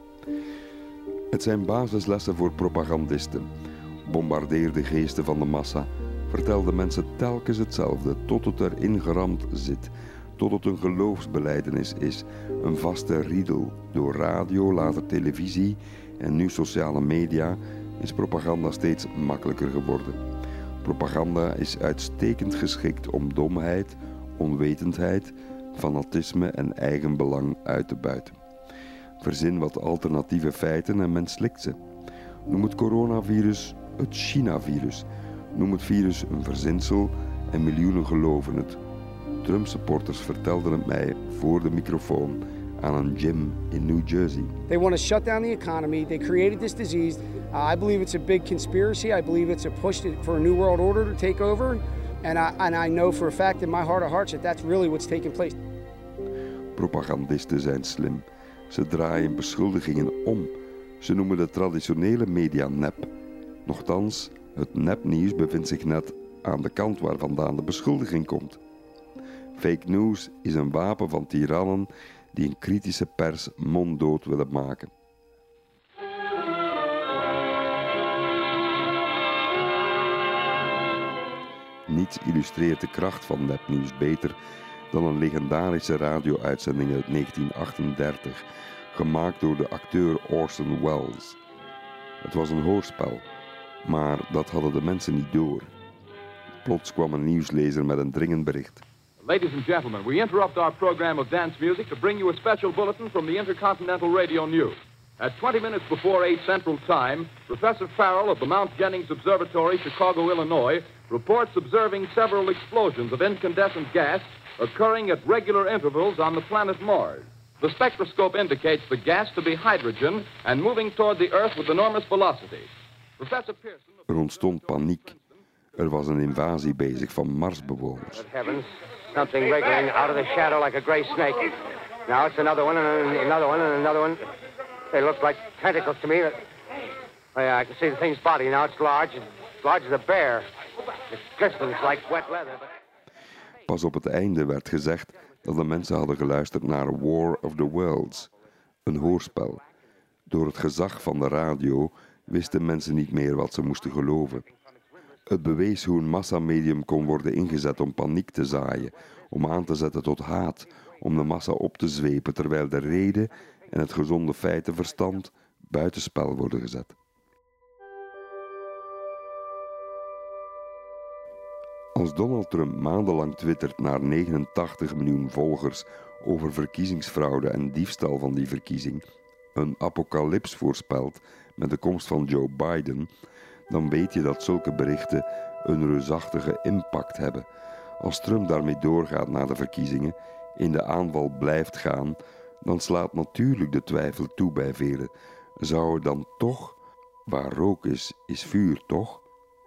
Het zijn basislessen voor propagandisten. Bombardeer de geesten van de massa. Vertel de mensen telkens hetzelfde, tot het erin geramd zit. Tot het een geloofsbelijdenis is. Een vaste riedel. Door radio, later televisie en nu sociale media is propaganda steeds makkelijker geworden. Propaganda is uitstekend geschikt om domheid, onwetendheid, fanatisme en eigenbelang uit te buiten. Verzin wat alternatieve feiten en men slikt ze. Noem het coronavirus het China-virus. Noem het virus een verzinsel en miljoenen geloven het. Trump-supporters vertelden het mij voor de microfoon aan een gym in New Jersey. They want to shut down the economy. They created this disease. Uh, I believe it's a big conspiracy. I believe it's a push to, for a new world order to take over. And I, and I know for a fact in my heart of hearts that that's really what's taking place. Propagandisten zijn slim. Ze draaien beschuldigingen om. Ze noemen de traditionele media nep. Nochtans, het nepnieuws bevindt zich net aan de kant waar vandaan de beschuldiging komt. Fake news is een wapen van tirannen die een kritische pers monddood willen maken. Niets illustreert de kracht van nepnieuws beter dan een legendarische radio-uitzending uit negentien achtendertig, gemaakt door de acteur Orson Welles. Het was een hoorspel, maar dat hadden de mensen niet door. Plots kwam een nieuwslezer met een dringend bericht. Ladies and gentlemen, we interrupt our program of dance music to bring you a special bulletin from the Intercontinental Radio News. At twenty minutes before eight Central Time, Professor Farrell of the Mount Jennings Observatory, Chicago, Illinois, reports observing several explosions of incandescent gas occurring at regular intervals on the planet Mars. The spectroscope indicates the gas to be hydrogen and moving toward the Earth with enormous velocity. Professor Pearson... Er ontstond paniek. Er was een invasie bezig van Marsbewoners. Heavens, something wriggling out of the shadow like a gray snake. Now it's another one and another one and another one. They look like tentacles to me. Oh yeah, I can see the thing's body now. It's large, as large as a bear. It glistens like wet leather. Pas op het einde werd gezegd dat de mensen hadden geluisterd naar War of the Worlds, een hoorspel. Door het gezag van de radio wisten mensen niet meer wat ze moesten geloven. Het bewees hoe een massamedium kon worden ingezet om paniek te zaaien, om aan te zetten tot haat, om de massa op te zwepen, terwijl de reden en het gezonde feitenverstand buitenspel worden gezet. Als Donald Trump maandenlang twittert naar negenentachtig miljoen volgers over verkiezingsfraude en diefstal van die verkiezing, een apocalyps voorspelt met de komst van Joe Biden, dan weet je dat zulke berichten een reusachtige impact hebben. Als Trump daarmee doorgaat na de verkiezingen, in de aanval blijft gaan, dan slaat natuurlijk de twijfel toe bij velen. Zou er dan toch, waar rook is, is vuur, toch?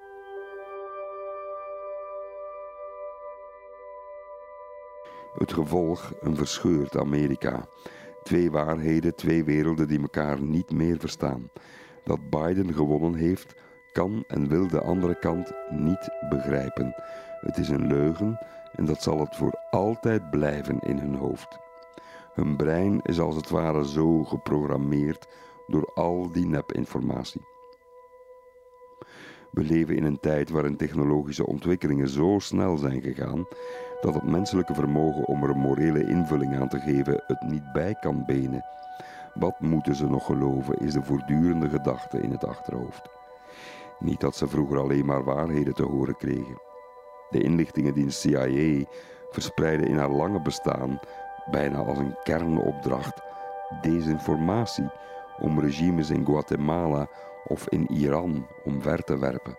Het gevolg, een verscheurd Amerika. Twee waarheden, twee werelden die elkaar niet meer verstaan. Dat Biden gewonnen heeft, kan en wil de andere kant niet begrijpen. Het is een leugen en dat zal het voor altijd blijven in hun hoofd. Hun brein is als het ware zo geprogrammeerd door al die nepinformatie. We leven in een tijd waarin technologische ontwikkelingen zo snel zijn gegaan dat het menselijke vermogen om er een morele invulling aan te geven het niet bij kan benen. Wat moeten ze nog geloven, is de voortdurende gedachte in het achterhoofd. Niet dat ze vroeger alleen maar waarheden te horen kregen. De inlichtingendienst C I A verspreidde in haar lange bestaan, bijna als een kernopdracht, desinformatie om regimes in Guatemala of in Iran omver te werpen.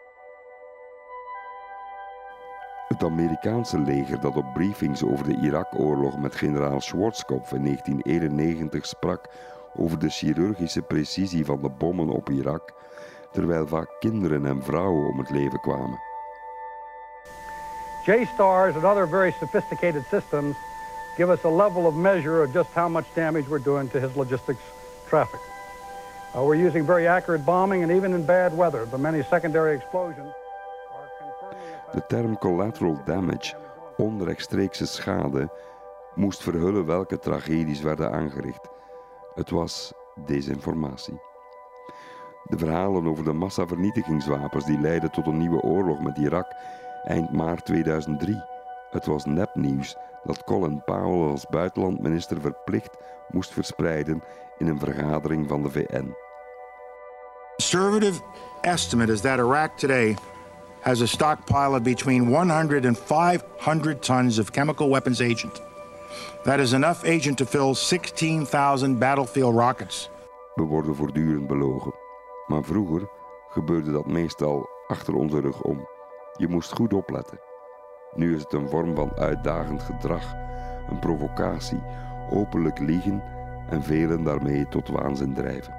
Het Amerikaanse leger dat op briefings over de Irak-oorlog met generaal Schwarzkopf in negentien eenennegentig sprak over de chirurgische precisie van de bommen op Irak, terwijl vaak kinderen en vrouwen om het leven kwamen. J-STARS and other very sophisticated systems give us a level of measure of just how much damage we're doing to his logistics traffic. Uh, we're using very accurate bombing and even in bad weather, the many secondary explosions. De term collateral damage, onrechtstreekse schade, moest verhullen welke tragedies werden aangericht. Het was desinformatie. De verhalen over de massavernietigingswapens die leidden tot een nieuwe oorlog met Irak eind maart tweeduizend drie. Het was nepnieuws dat Colin Powell als buitenlandminister verplicht moest verspreiden in een vergadering van de V N. Conservative estimate is that Iraq today has a stockpile of between one hundred and five hundred tons of chemical weapons agent. That is enough agent to fill sixteen thousand battlefield rockets. We worden voortdurend belogen. Maar vroeger gebeurde dat meestal achter onze rug om. Je moest goed opletten. Nu is het een vorm van uitdagend gedrag, een provocatie, openlijk liegen en velen daarmee tot waanzin drijven.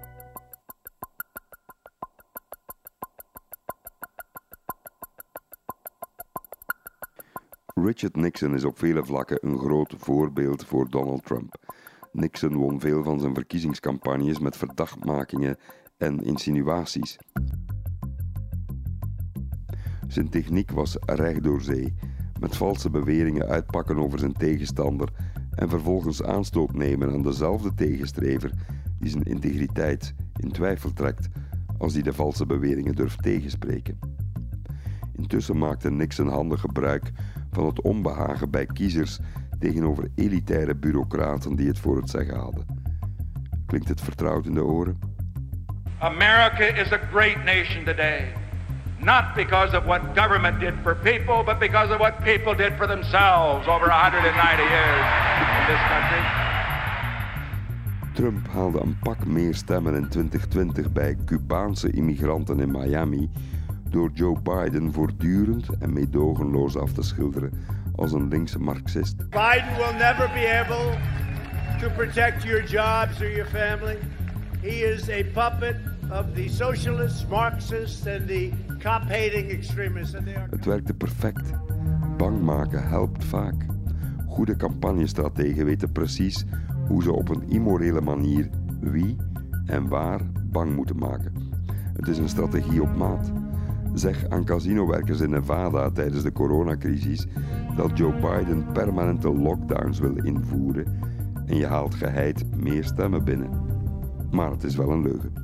Richard Nixon is op vele vlakken een groot voorbeeld voor Donald Trump. Nixon won veel van zijn verkiezingscampagnes met verdachtmakingen en insinuaties. Zijn techniek was recht door zee, met valse beweringen uitpakken over zijn tegenstander en vervolgens aanstoot nemen aan dezelfde tegenstrever die zijn integriteit in twijfel trekt als die de valse beweringen durft tegenspreken. Intussen maakte Nixon handig gebruik van het onbehagen bij kiezers tegenover elitaire bureaucraten die het voor het zeggen hadden. Klinkt het vertrouwd in de oren? America is a great nation today. Not because of what government did for people, but because of what people did for themselves over one hundred ninety years in this country. Trump haalde een pak meer stemmen in twintig twintig bij Cubaanse immigranten in Miami door Joe Biden voortdurend en meedogenloos af te schilderen als een linkse marxist. Biden will never be able to protect your jobs or your family. He is a puppet of the socialists, Marxists and the cop-hating extremists. And they are... Het werkte perfect. Bang maken helpt vaak. Goede campagnestrategen weten precies hoe ze op een immorele manier wie en waar bang moeten maken. Het is een strategie op maat. Zeg aan casinowerkers in Nevada tijdens de coronacrisis dat Joe Biden permanente lockdowns wil invoeren en je haalt geheid meer stemmen binnen. Maar het is wel een leugen.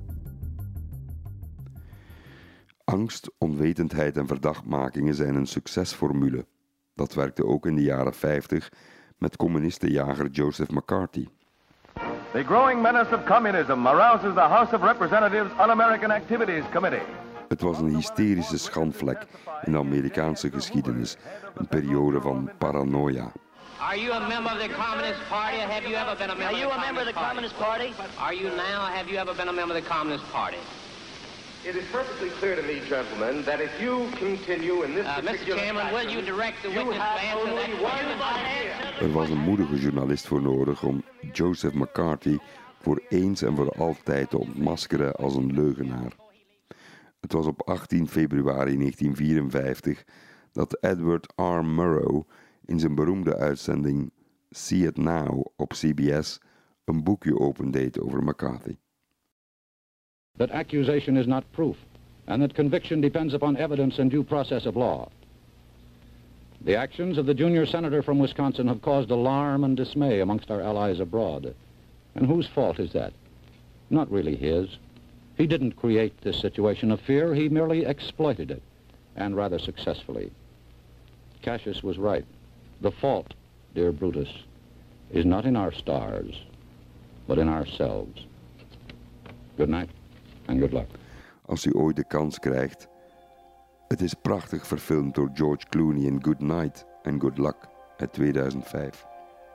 Angst, onwetendheid en verdachtmakingen zijn een succesformule. Dat werkte ook in de jaren vijftig met communistenjager Joseph McCarthy. The growing menace of communism arouses the House of Representatives Un-American Activities Committee. Het was een hysterische schandvlek in de Amerikaanse geschiedenis, een periode van paranoia. Are you a member of the Communist Party or have you ever been a member, Are you of, the a member of the Communist Party? Are you now, have you ever been a member of the Communist Party? It is perfectly clear to me, gentlemen, that if you continue in this uh, particular Mister Chairman, will you direct the witness to answer that question? Er was een moedige journalist voor nodig om Joseph McCarthy voor eens en voor altijd te ontmaskeren als een leugenaar. Het was op achttien februari negentien vierenvijftig dat Edward R. Murrow in zijn beroemde uitzending See It Now op C B S een boekje opendeed over McCarthy. That accusation is not proof, and that conviction depends upon evidence and due process of law. The actions of the junior senator from Wisconsin have caused alarm and dismay amongst our allies abroad. And whose fault is that? Not really his. He didn't create this situation of fear, he merely exploited it, and rather successfully. Cassius was right. The fault, dear Brutus, is not in our stars, but in ourselves. Good night. And good luck. Als u ooit de kans krijgt. Het is prachtig verfilmd door George Clooney in Good Night and Good Luck uit tweeduizend vijf.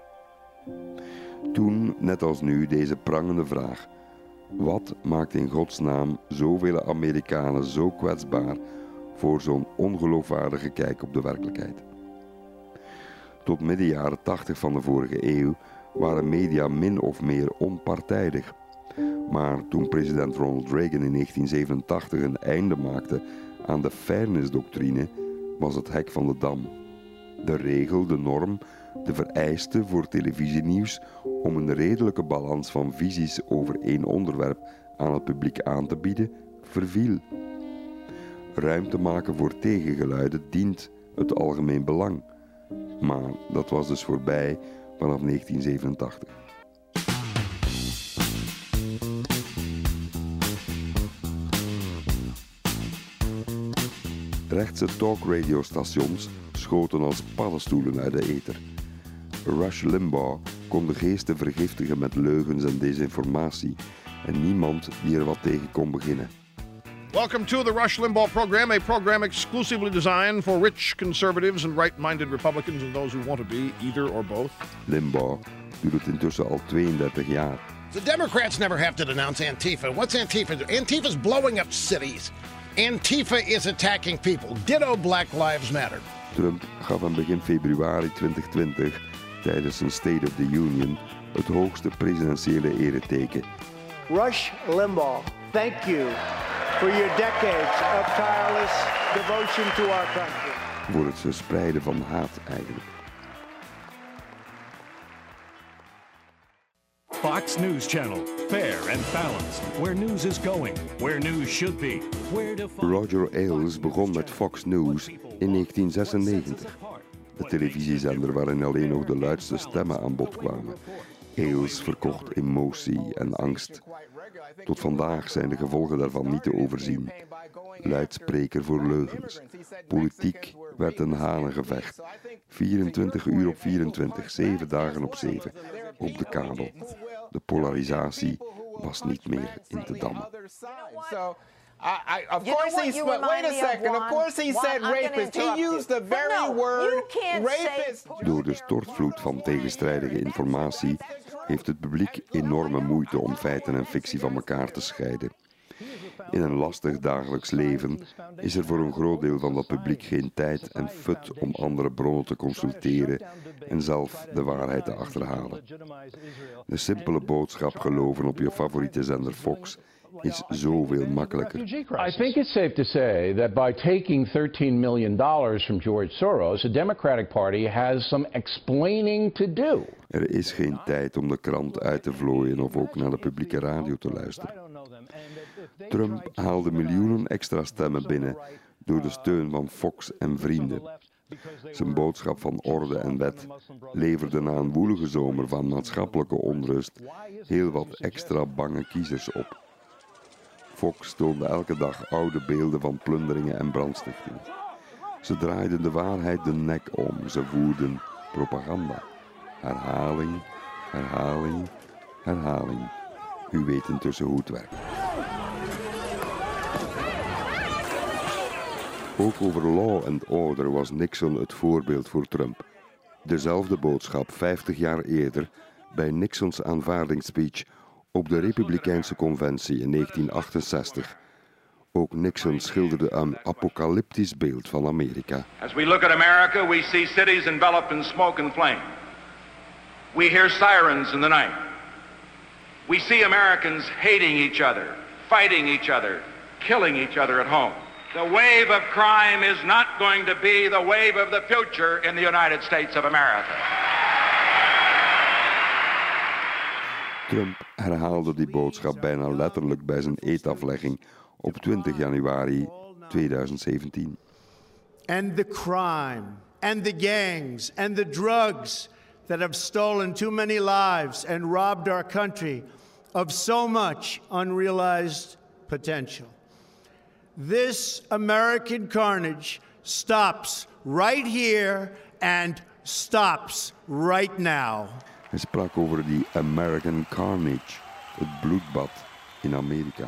Toen, net als nu, deze prangende vraag. Wat maakt in godsnaam zoveel Amerikanen zo kwetsbaar voor zo'n ongeloofwaardige kijk op de werkelijkheid? Tot midden jaren tachtig van de vorige eeuw waren media min of meer onpartijdig. Maar toen president Ronald Reagan in negentien zevenentachtig een einde maakte aan de fairness-doctrine, was het hek van de dam. De regel, de norm, de vereiste voor televisienieuws om een redelijke balans van visies over één onderwerp aan het publiek aan te bieden, verviel. Ruimte maken voor tegengeluiden dient het algemeen belang. Maar dat was dus voorbij vanaf negentien zevenentachtig. Rechtse talkradiostations schoten als paddenstoelen uit de ether. Rush Limbaugh kon de geesten vergiftigen met leugens en desinformatie en niemand die er wat tegen kon beginnen. Welcome to the Rush Limbaugh program, a program exclusively designed for rich conservatives and right-minded Republicans and those who want to be either or both. Limbaugh doet het intussen al tweeëndertig jaar. The Democrats never have to denounce Antifa. What's Antifa do? Antifa's blowing up cities. Antifa is attacking people. Ditto Black Lives Matter. Trump gaf aan begin februari twintig twintig tijdens zijn State of the Union het hoogste presidentiële ereteken. Rush Limbaugh, thank you for your decades of tireless devotion to our country. Voor het verspreiden van haat eigenlijk. Fox News Channel, fair and balanced, where news is going, where news should be, where to find... Roger Ailes begon met Fox News in negentien zesennegentig. De televisiezender waarin alleen nog de luidste stemmen aan bod kwamen. Ailes verkocht emotie en angst. Tot vandaag zijn de gevolgen daarvan niet te overzien. Luidspreker voor leugens. Politiek werd een hanengevecht. vierentwintig uur op vierentwintig, zeven dagen op zeven. Op de kabel. De polarisatie was niet meer in te dammen. I, I, of you course he but wait a second. Of course he said rapist. He used the very no, word rapist. Door de stortvloed van tegenstrijdige informatie heeft het publiek enorme moeite om feiten en fictie van elkaar te scheiden. In een lastig dagelijks leven is er voor een groot deel van dat publiek geen tijd en fut om andere bronnen te consulteren en zelf de waarheid te achterhalen. De simpele boodschap geloven op je favoriete zender Fox is zoveel makkelijker. I think it's safe to say that by taking thirteen million dollars from George Soros, the Democratic Party has some explaining to do. Er is geen tijd om de krant uit te vlooien of ook naar de publieke radio te luisteren. Trump haalde miljoenen extra stemmen binnen door de steun van Fox en vrienden. Zijn boodschap van orde en wet leverde na een woelige zomer van maatschappelijke onrust heel wat extra bange kiezers op. Fox toonde elke dag oude beelden van plunderingen en brandstichtingen. Ze draaiden de waarheid de nek om, ze voerden propaganda. Herhaling, herhaling, herhaling. U weet intussen hoe het werkt. Ook over law and order was Nixon het voorbeeld voor Trump. Dezelfde boodschap vijftig jaar eerder bij Nixons aanvaardingsspeech op de Republikeinse Conventie in negentien achtenzestig. Ook Nixon schilderde een apocalyptisch beeld van Amerika. As we look at America, we see cities enveloped in smoke and flame. We hear sirens in the night. We see Americans hating each other, fighting each other, killing each other at home. The wave of crime is not going to be the wave of the future in the United States of America. Trump herhaalde die boodschap bijna letterlijk bij zijn eedaflegging op twintig januari tweeduizend zeventien. And the crime, and the gangs, and the drugs that have stolen too many lives and robbed our country of so much unrealized potential. This American carnage stops right here and stops right now. Hij sprak over die American carnage, het bloedbad in Amerika.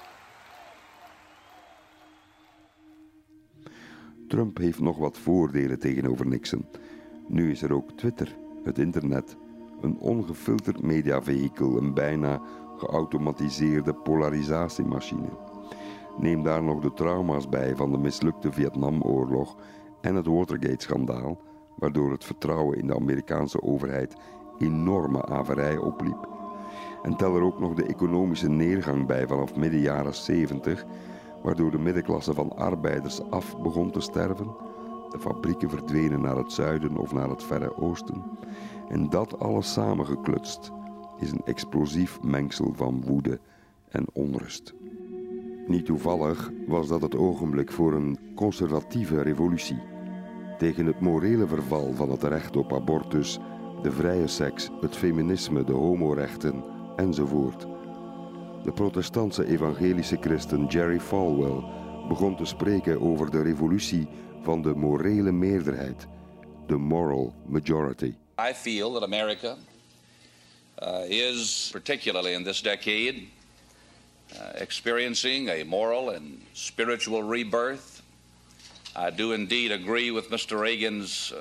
Trump heeft nog wat voordelen tegenover Nixon. Nu is er ook Twitter, het internet, een ongefilterd mediavehikel, een bijna geautomatiseerde polarisatiemachine. Neem daar nog de trauma's bij van de mislukte Vietnamoorlog en het Watergate-schandaal, waardoor het vertrouwen in de Amerikaanse overheid enorme averij opliep. En tel er ook nog de economische neergang bij vanaf midden jaren zeventig, waardoor de middenklasse van arbeiders af begon te sterven. De fabrieken verdwenen naar het zuiden of naar het Verre Oosten. En dat alles samengeklutst is een explosief mengsel van woede en onrust. Niet toevallig was dat het ogenblik voor een conservatieve revolutie. Tegen het morele verval van het recht op abortus, de vrije seks, het feminisme, de homorechten enzovoort. De protestantse evangelische christen Jerry Falwell begon te spreken over de revolutie van de morele meerderheid, de moral majority. I feel that America uh, is, particularly in this decade, uh, experiencing a moral and spiritual rebirth. I do indeed agree with Mister Reagan's uh,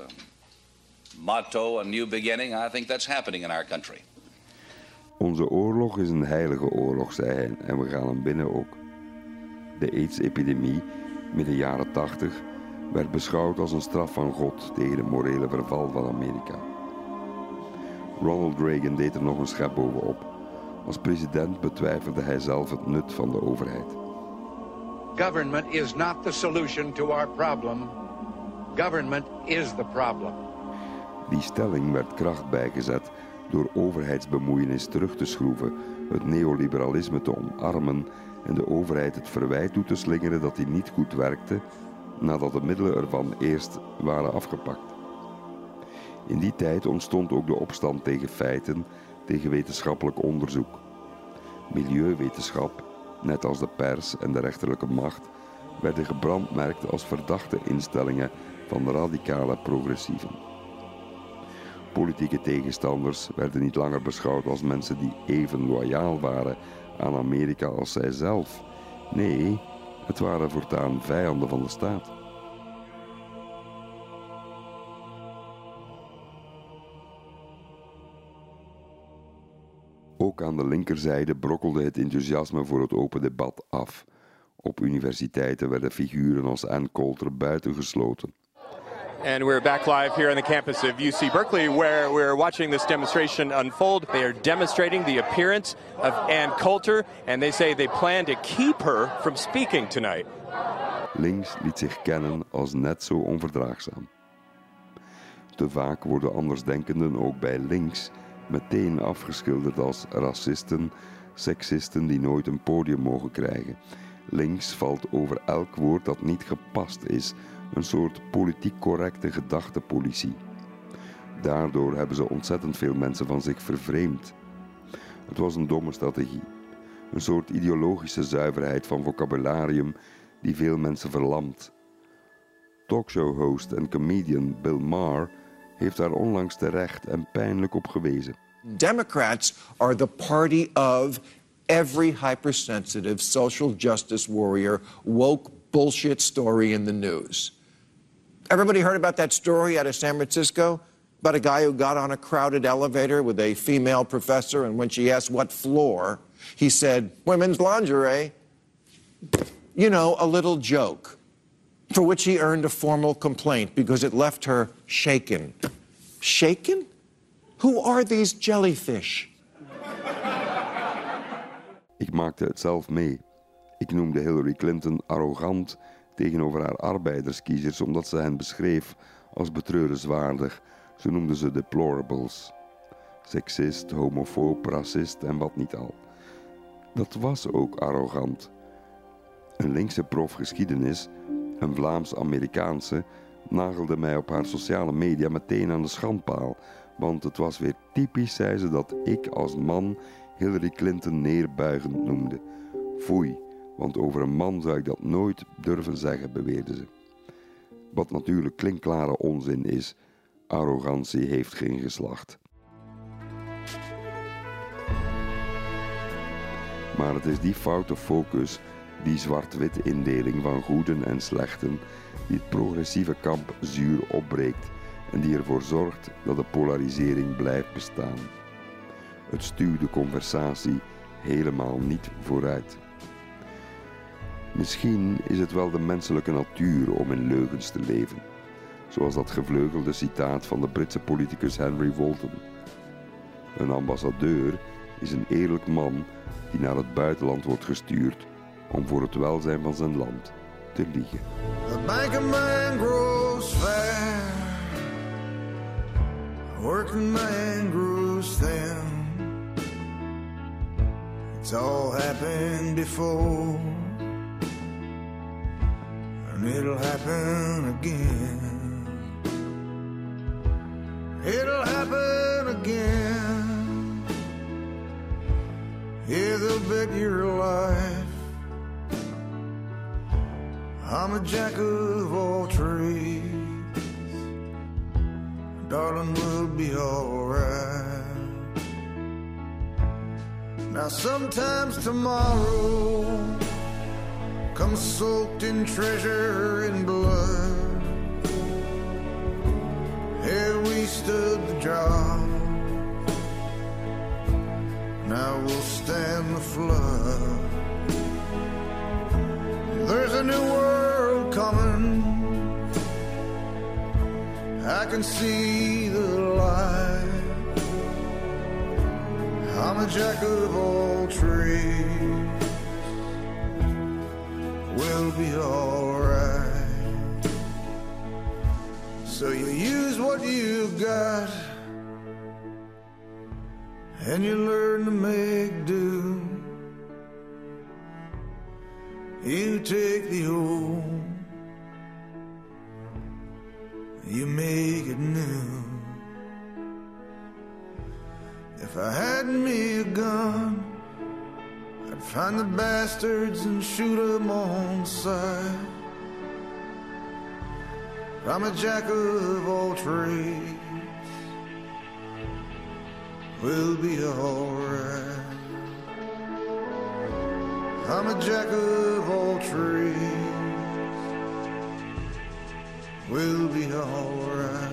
motto, a new beginning. I think that's happening in our country. Onze oorlog is een heilige oorlog, zei hij, en we gaan hem binnen ook. De AIDS-epidemie, midden jaren tachtig, werd beschouwd als een straf van God tegen het morele verval van Amerika. Ronald Reagan deed er nog een schep bovenop. Als president betwijfelde hij zelf het nut van de overheid. Government is not the solution to our problem. Government is the problem. Die stelling werd kracht bijgezet door overheidsbemoeienis terug te schroeven, het neoliberalisme te omarmen en de overheid het verwijt toe te slingeren dat die niet goed werkte, nadat de middelen ervan eerst waren afgepakt. In die tijd ontstond ook de opstand tegen feiten, tegen wetenschappelijk onderzoek. Milieuwetenschap, net als de pers en de rechterlijke macht, werden gebrandmerkt als verdachte instellingen van radicale progressieven. Politieke tegenstanders werden niet langer beschouwd als mensen die even loyaal waren aan Amerika als zij zelf. Nee, het waren voortaan vijanden van de staat. Ook aan de linkerzijde brokkelde het enthousiasme voor het open debat af. Op universiteiten werden figuren als Ann Coulter buitengesloten. And we're back live here on the campus of U C Berkeley, where we're watching this demonstration unfold. They are demonstrating the appearance of Ann Coulter, and they say they plan to keep her from speaking tonight. Links liet zich kennen als net zo onverdraagzaam. Te vaak worden andersdenkenden ook bij links meteen afgeschilderd als racisten, seksisten die nooit een podium mogen krijgen. Links valt over elk woord dat niet gepast is, een soort politiek correcte gedachtepolitie. Daardoor hebben ze ontzettend veel mensen van zich vervreemd. Het was een domme strategie. Een soort ideologische zuiverheid van vocabularium die veel mensen verlamt. Talkshow-host en comedian Bill Maher heeft daar onlangs terecht en pijnlijk op gewezen. Democrats are the party of every hypersensitive social justice warrior woke bullshit story in the news. Everybody heard about that story out of San Francisco about a guy who got on a crowded elevator with a female professor, and when she asked what floor, he said, women's lingerie. you know, a little joke, for which he earned a formal complaint because it left her shaken. Shaken? Who are these jellyfish? Ik maakte het zelf mee. Ik noemde Hillary Clinton arrogant tegenover haar arbeiderskiezers omdat ze hen beschreef als betreurenswaardig. Ze noemde ze deplorables. Seksist, homofoob, racist en wat niet al. Dat was ook arrogant. Een linkse prof geschiedenis, een Vlaams-Amerikaanse, nagelde mij op haar sociale media meteen aan de schandpaal. Want het was weer typisch, zei ze, dat ik als man Hillary Clinton neerbuigend noemde. Foei, want over een man zou ik dat nooit durven zeggen, beweerde ze. Wat natuurlijk klinkklare onzin is. Arrogantie heeft geen geslacht. Maar het is die foute focus, die zwart-wit indeling van goeden en slechten, die het progressieve kamp zuur opbreekt en die ervoor zorgt dat de polarisering blijft bestaan. Het stuwt de conversatie helemaal niet vooruit. Misschien is het wel de menselijke natuur om in leugens te leven, zoals dat gevleugelde citaat van de Britse politicus Henry Walton. Een ambassadeur is een eerlijk man die naar het buitenland wordt gestuurd om voor het welzijn van zijn land te liegen. The banker man grows fat, working man grows thin. It's all happened before, and it'll happen again. It'll happen again. Yeah, they'll bet your life I'm a jack of all trades. Darling, we'll be alright. Now sometimes tomorrow comes soaked in treasure and blood. Here we stood the job, now we'll stand the flood. There's a new world coming, I can see the light. I'm a jack of all trades, we'll be alright. So you use what you got, and you learn to make do. You take the old, you make it new. If I had me a gun, I'd find the bastards and shoot them on sight. I'm a jack of all trades, we'll be alright. I'm a jack of all trades, we'll be alright.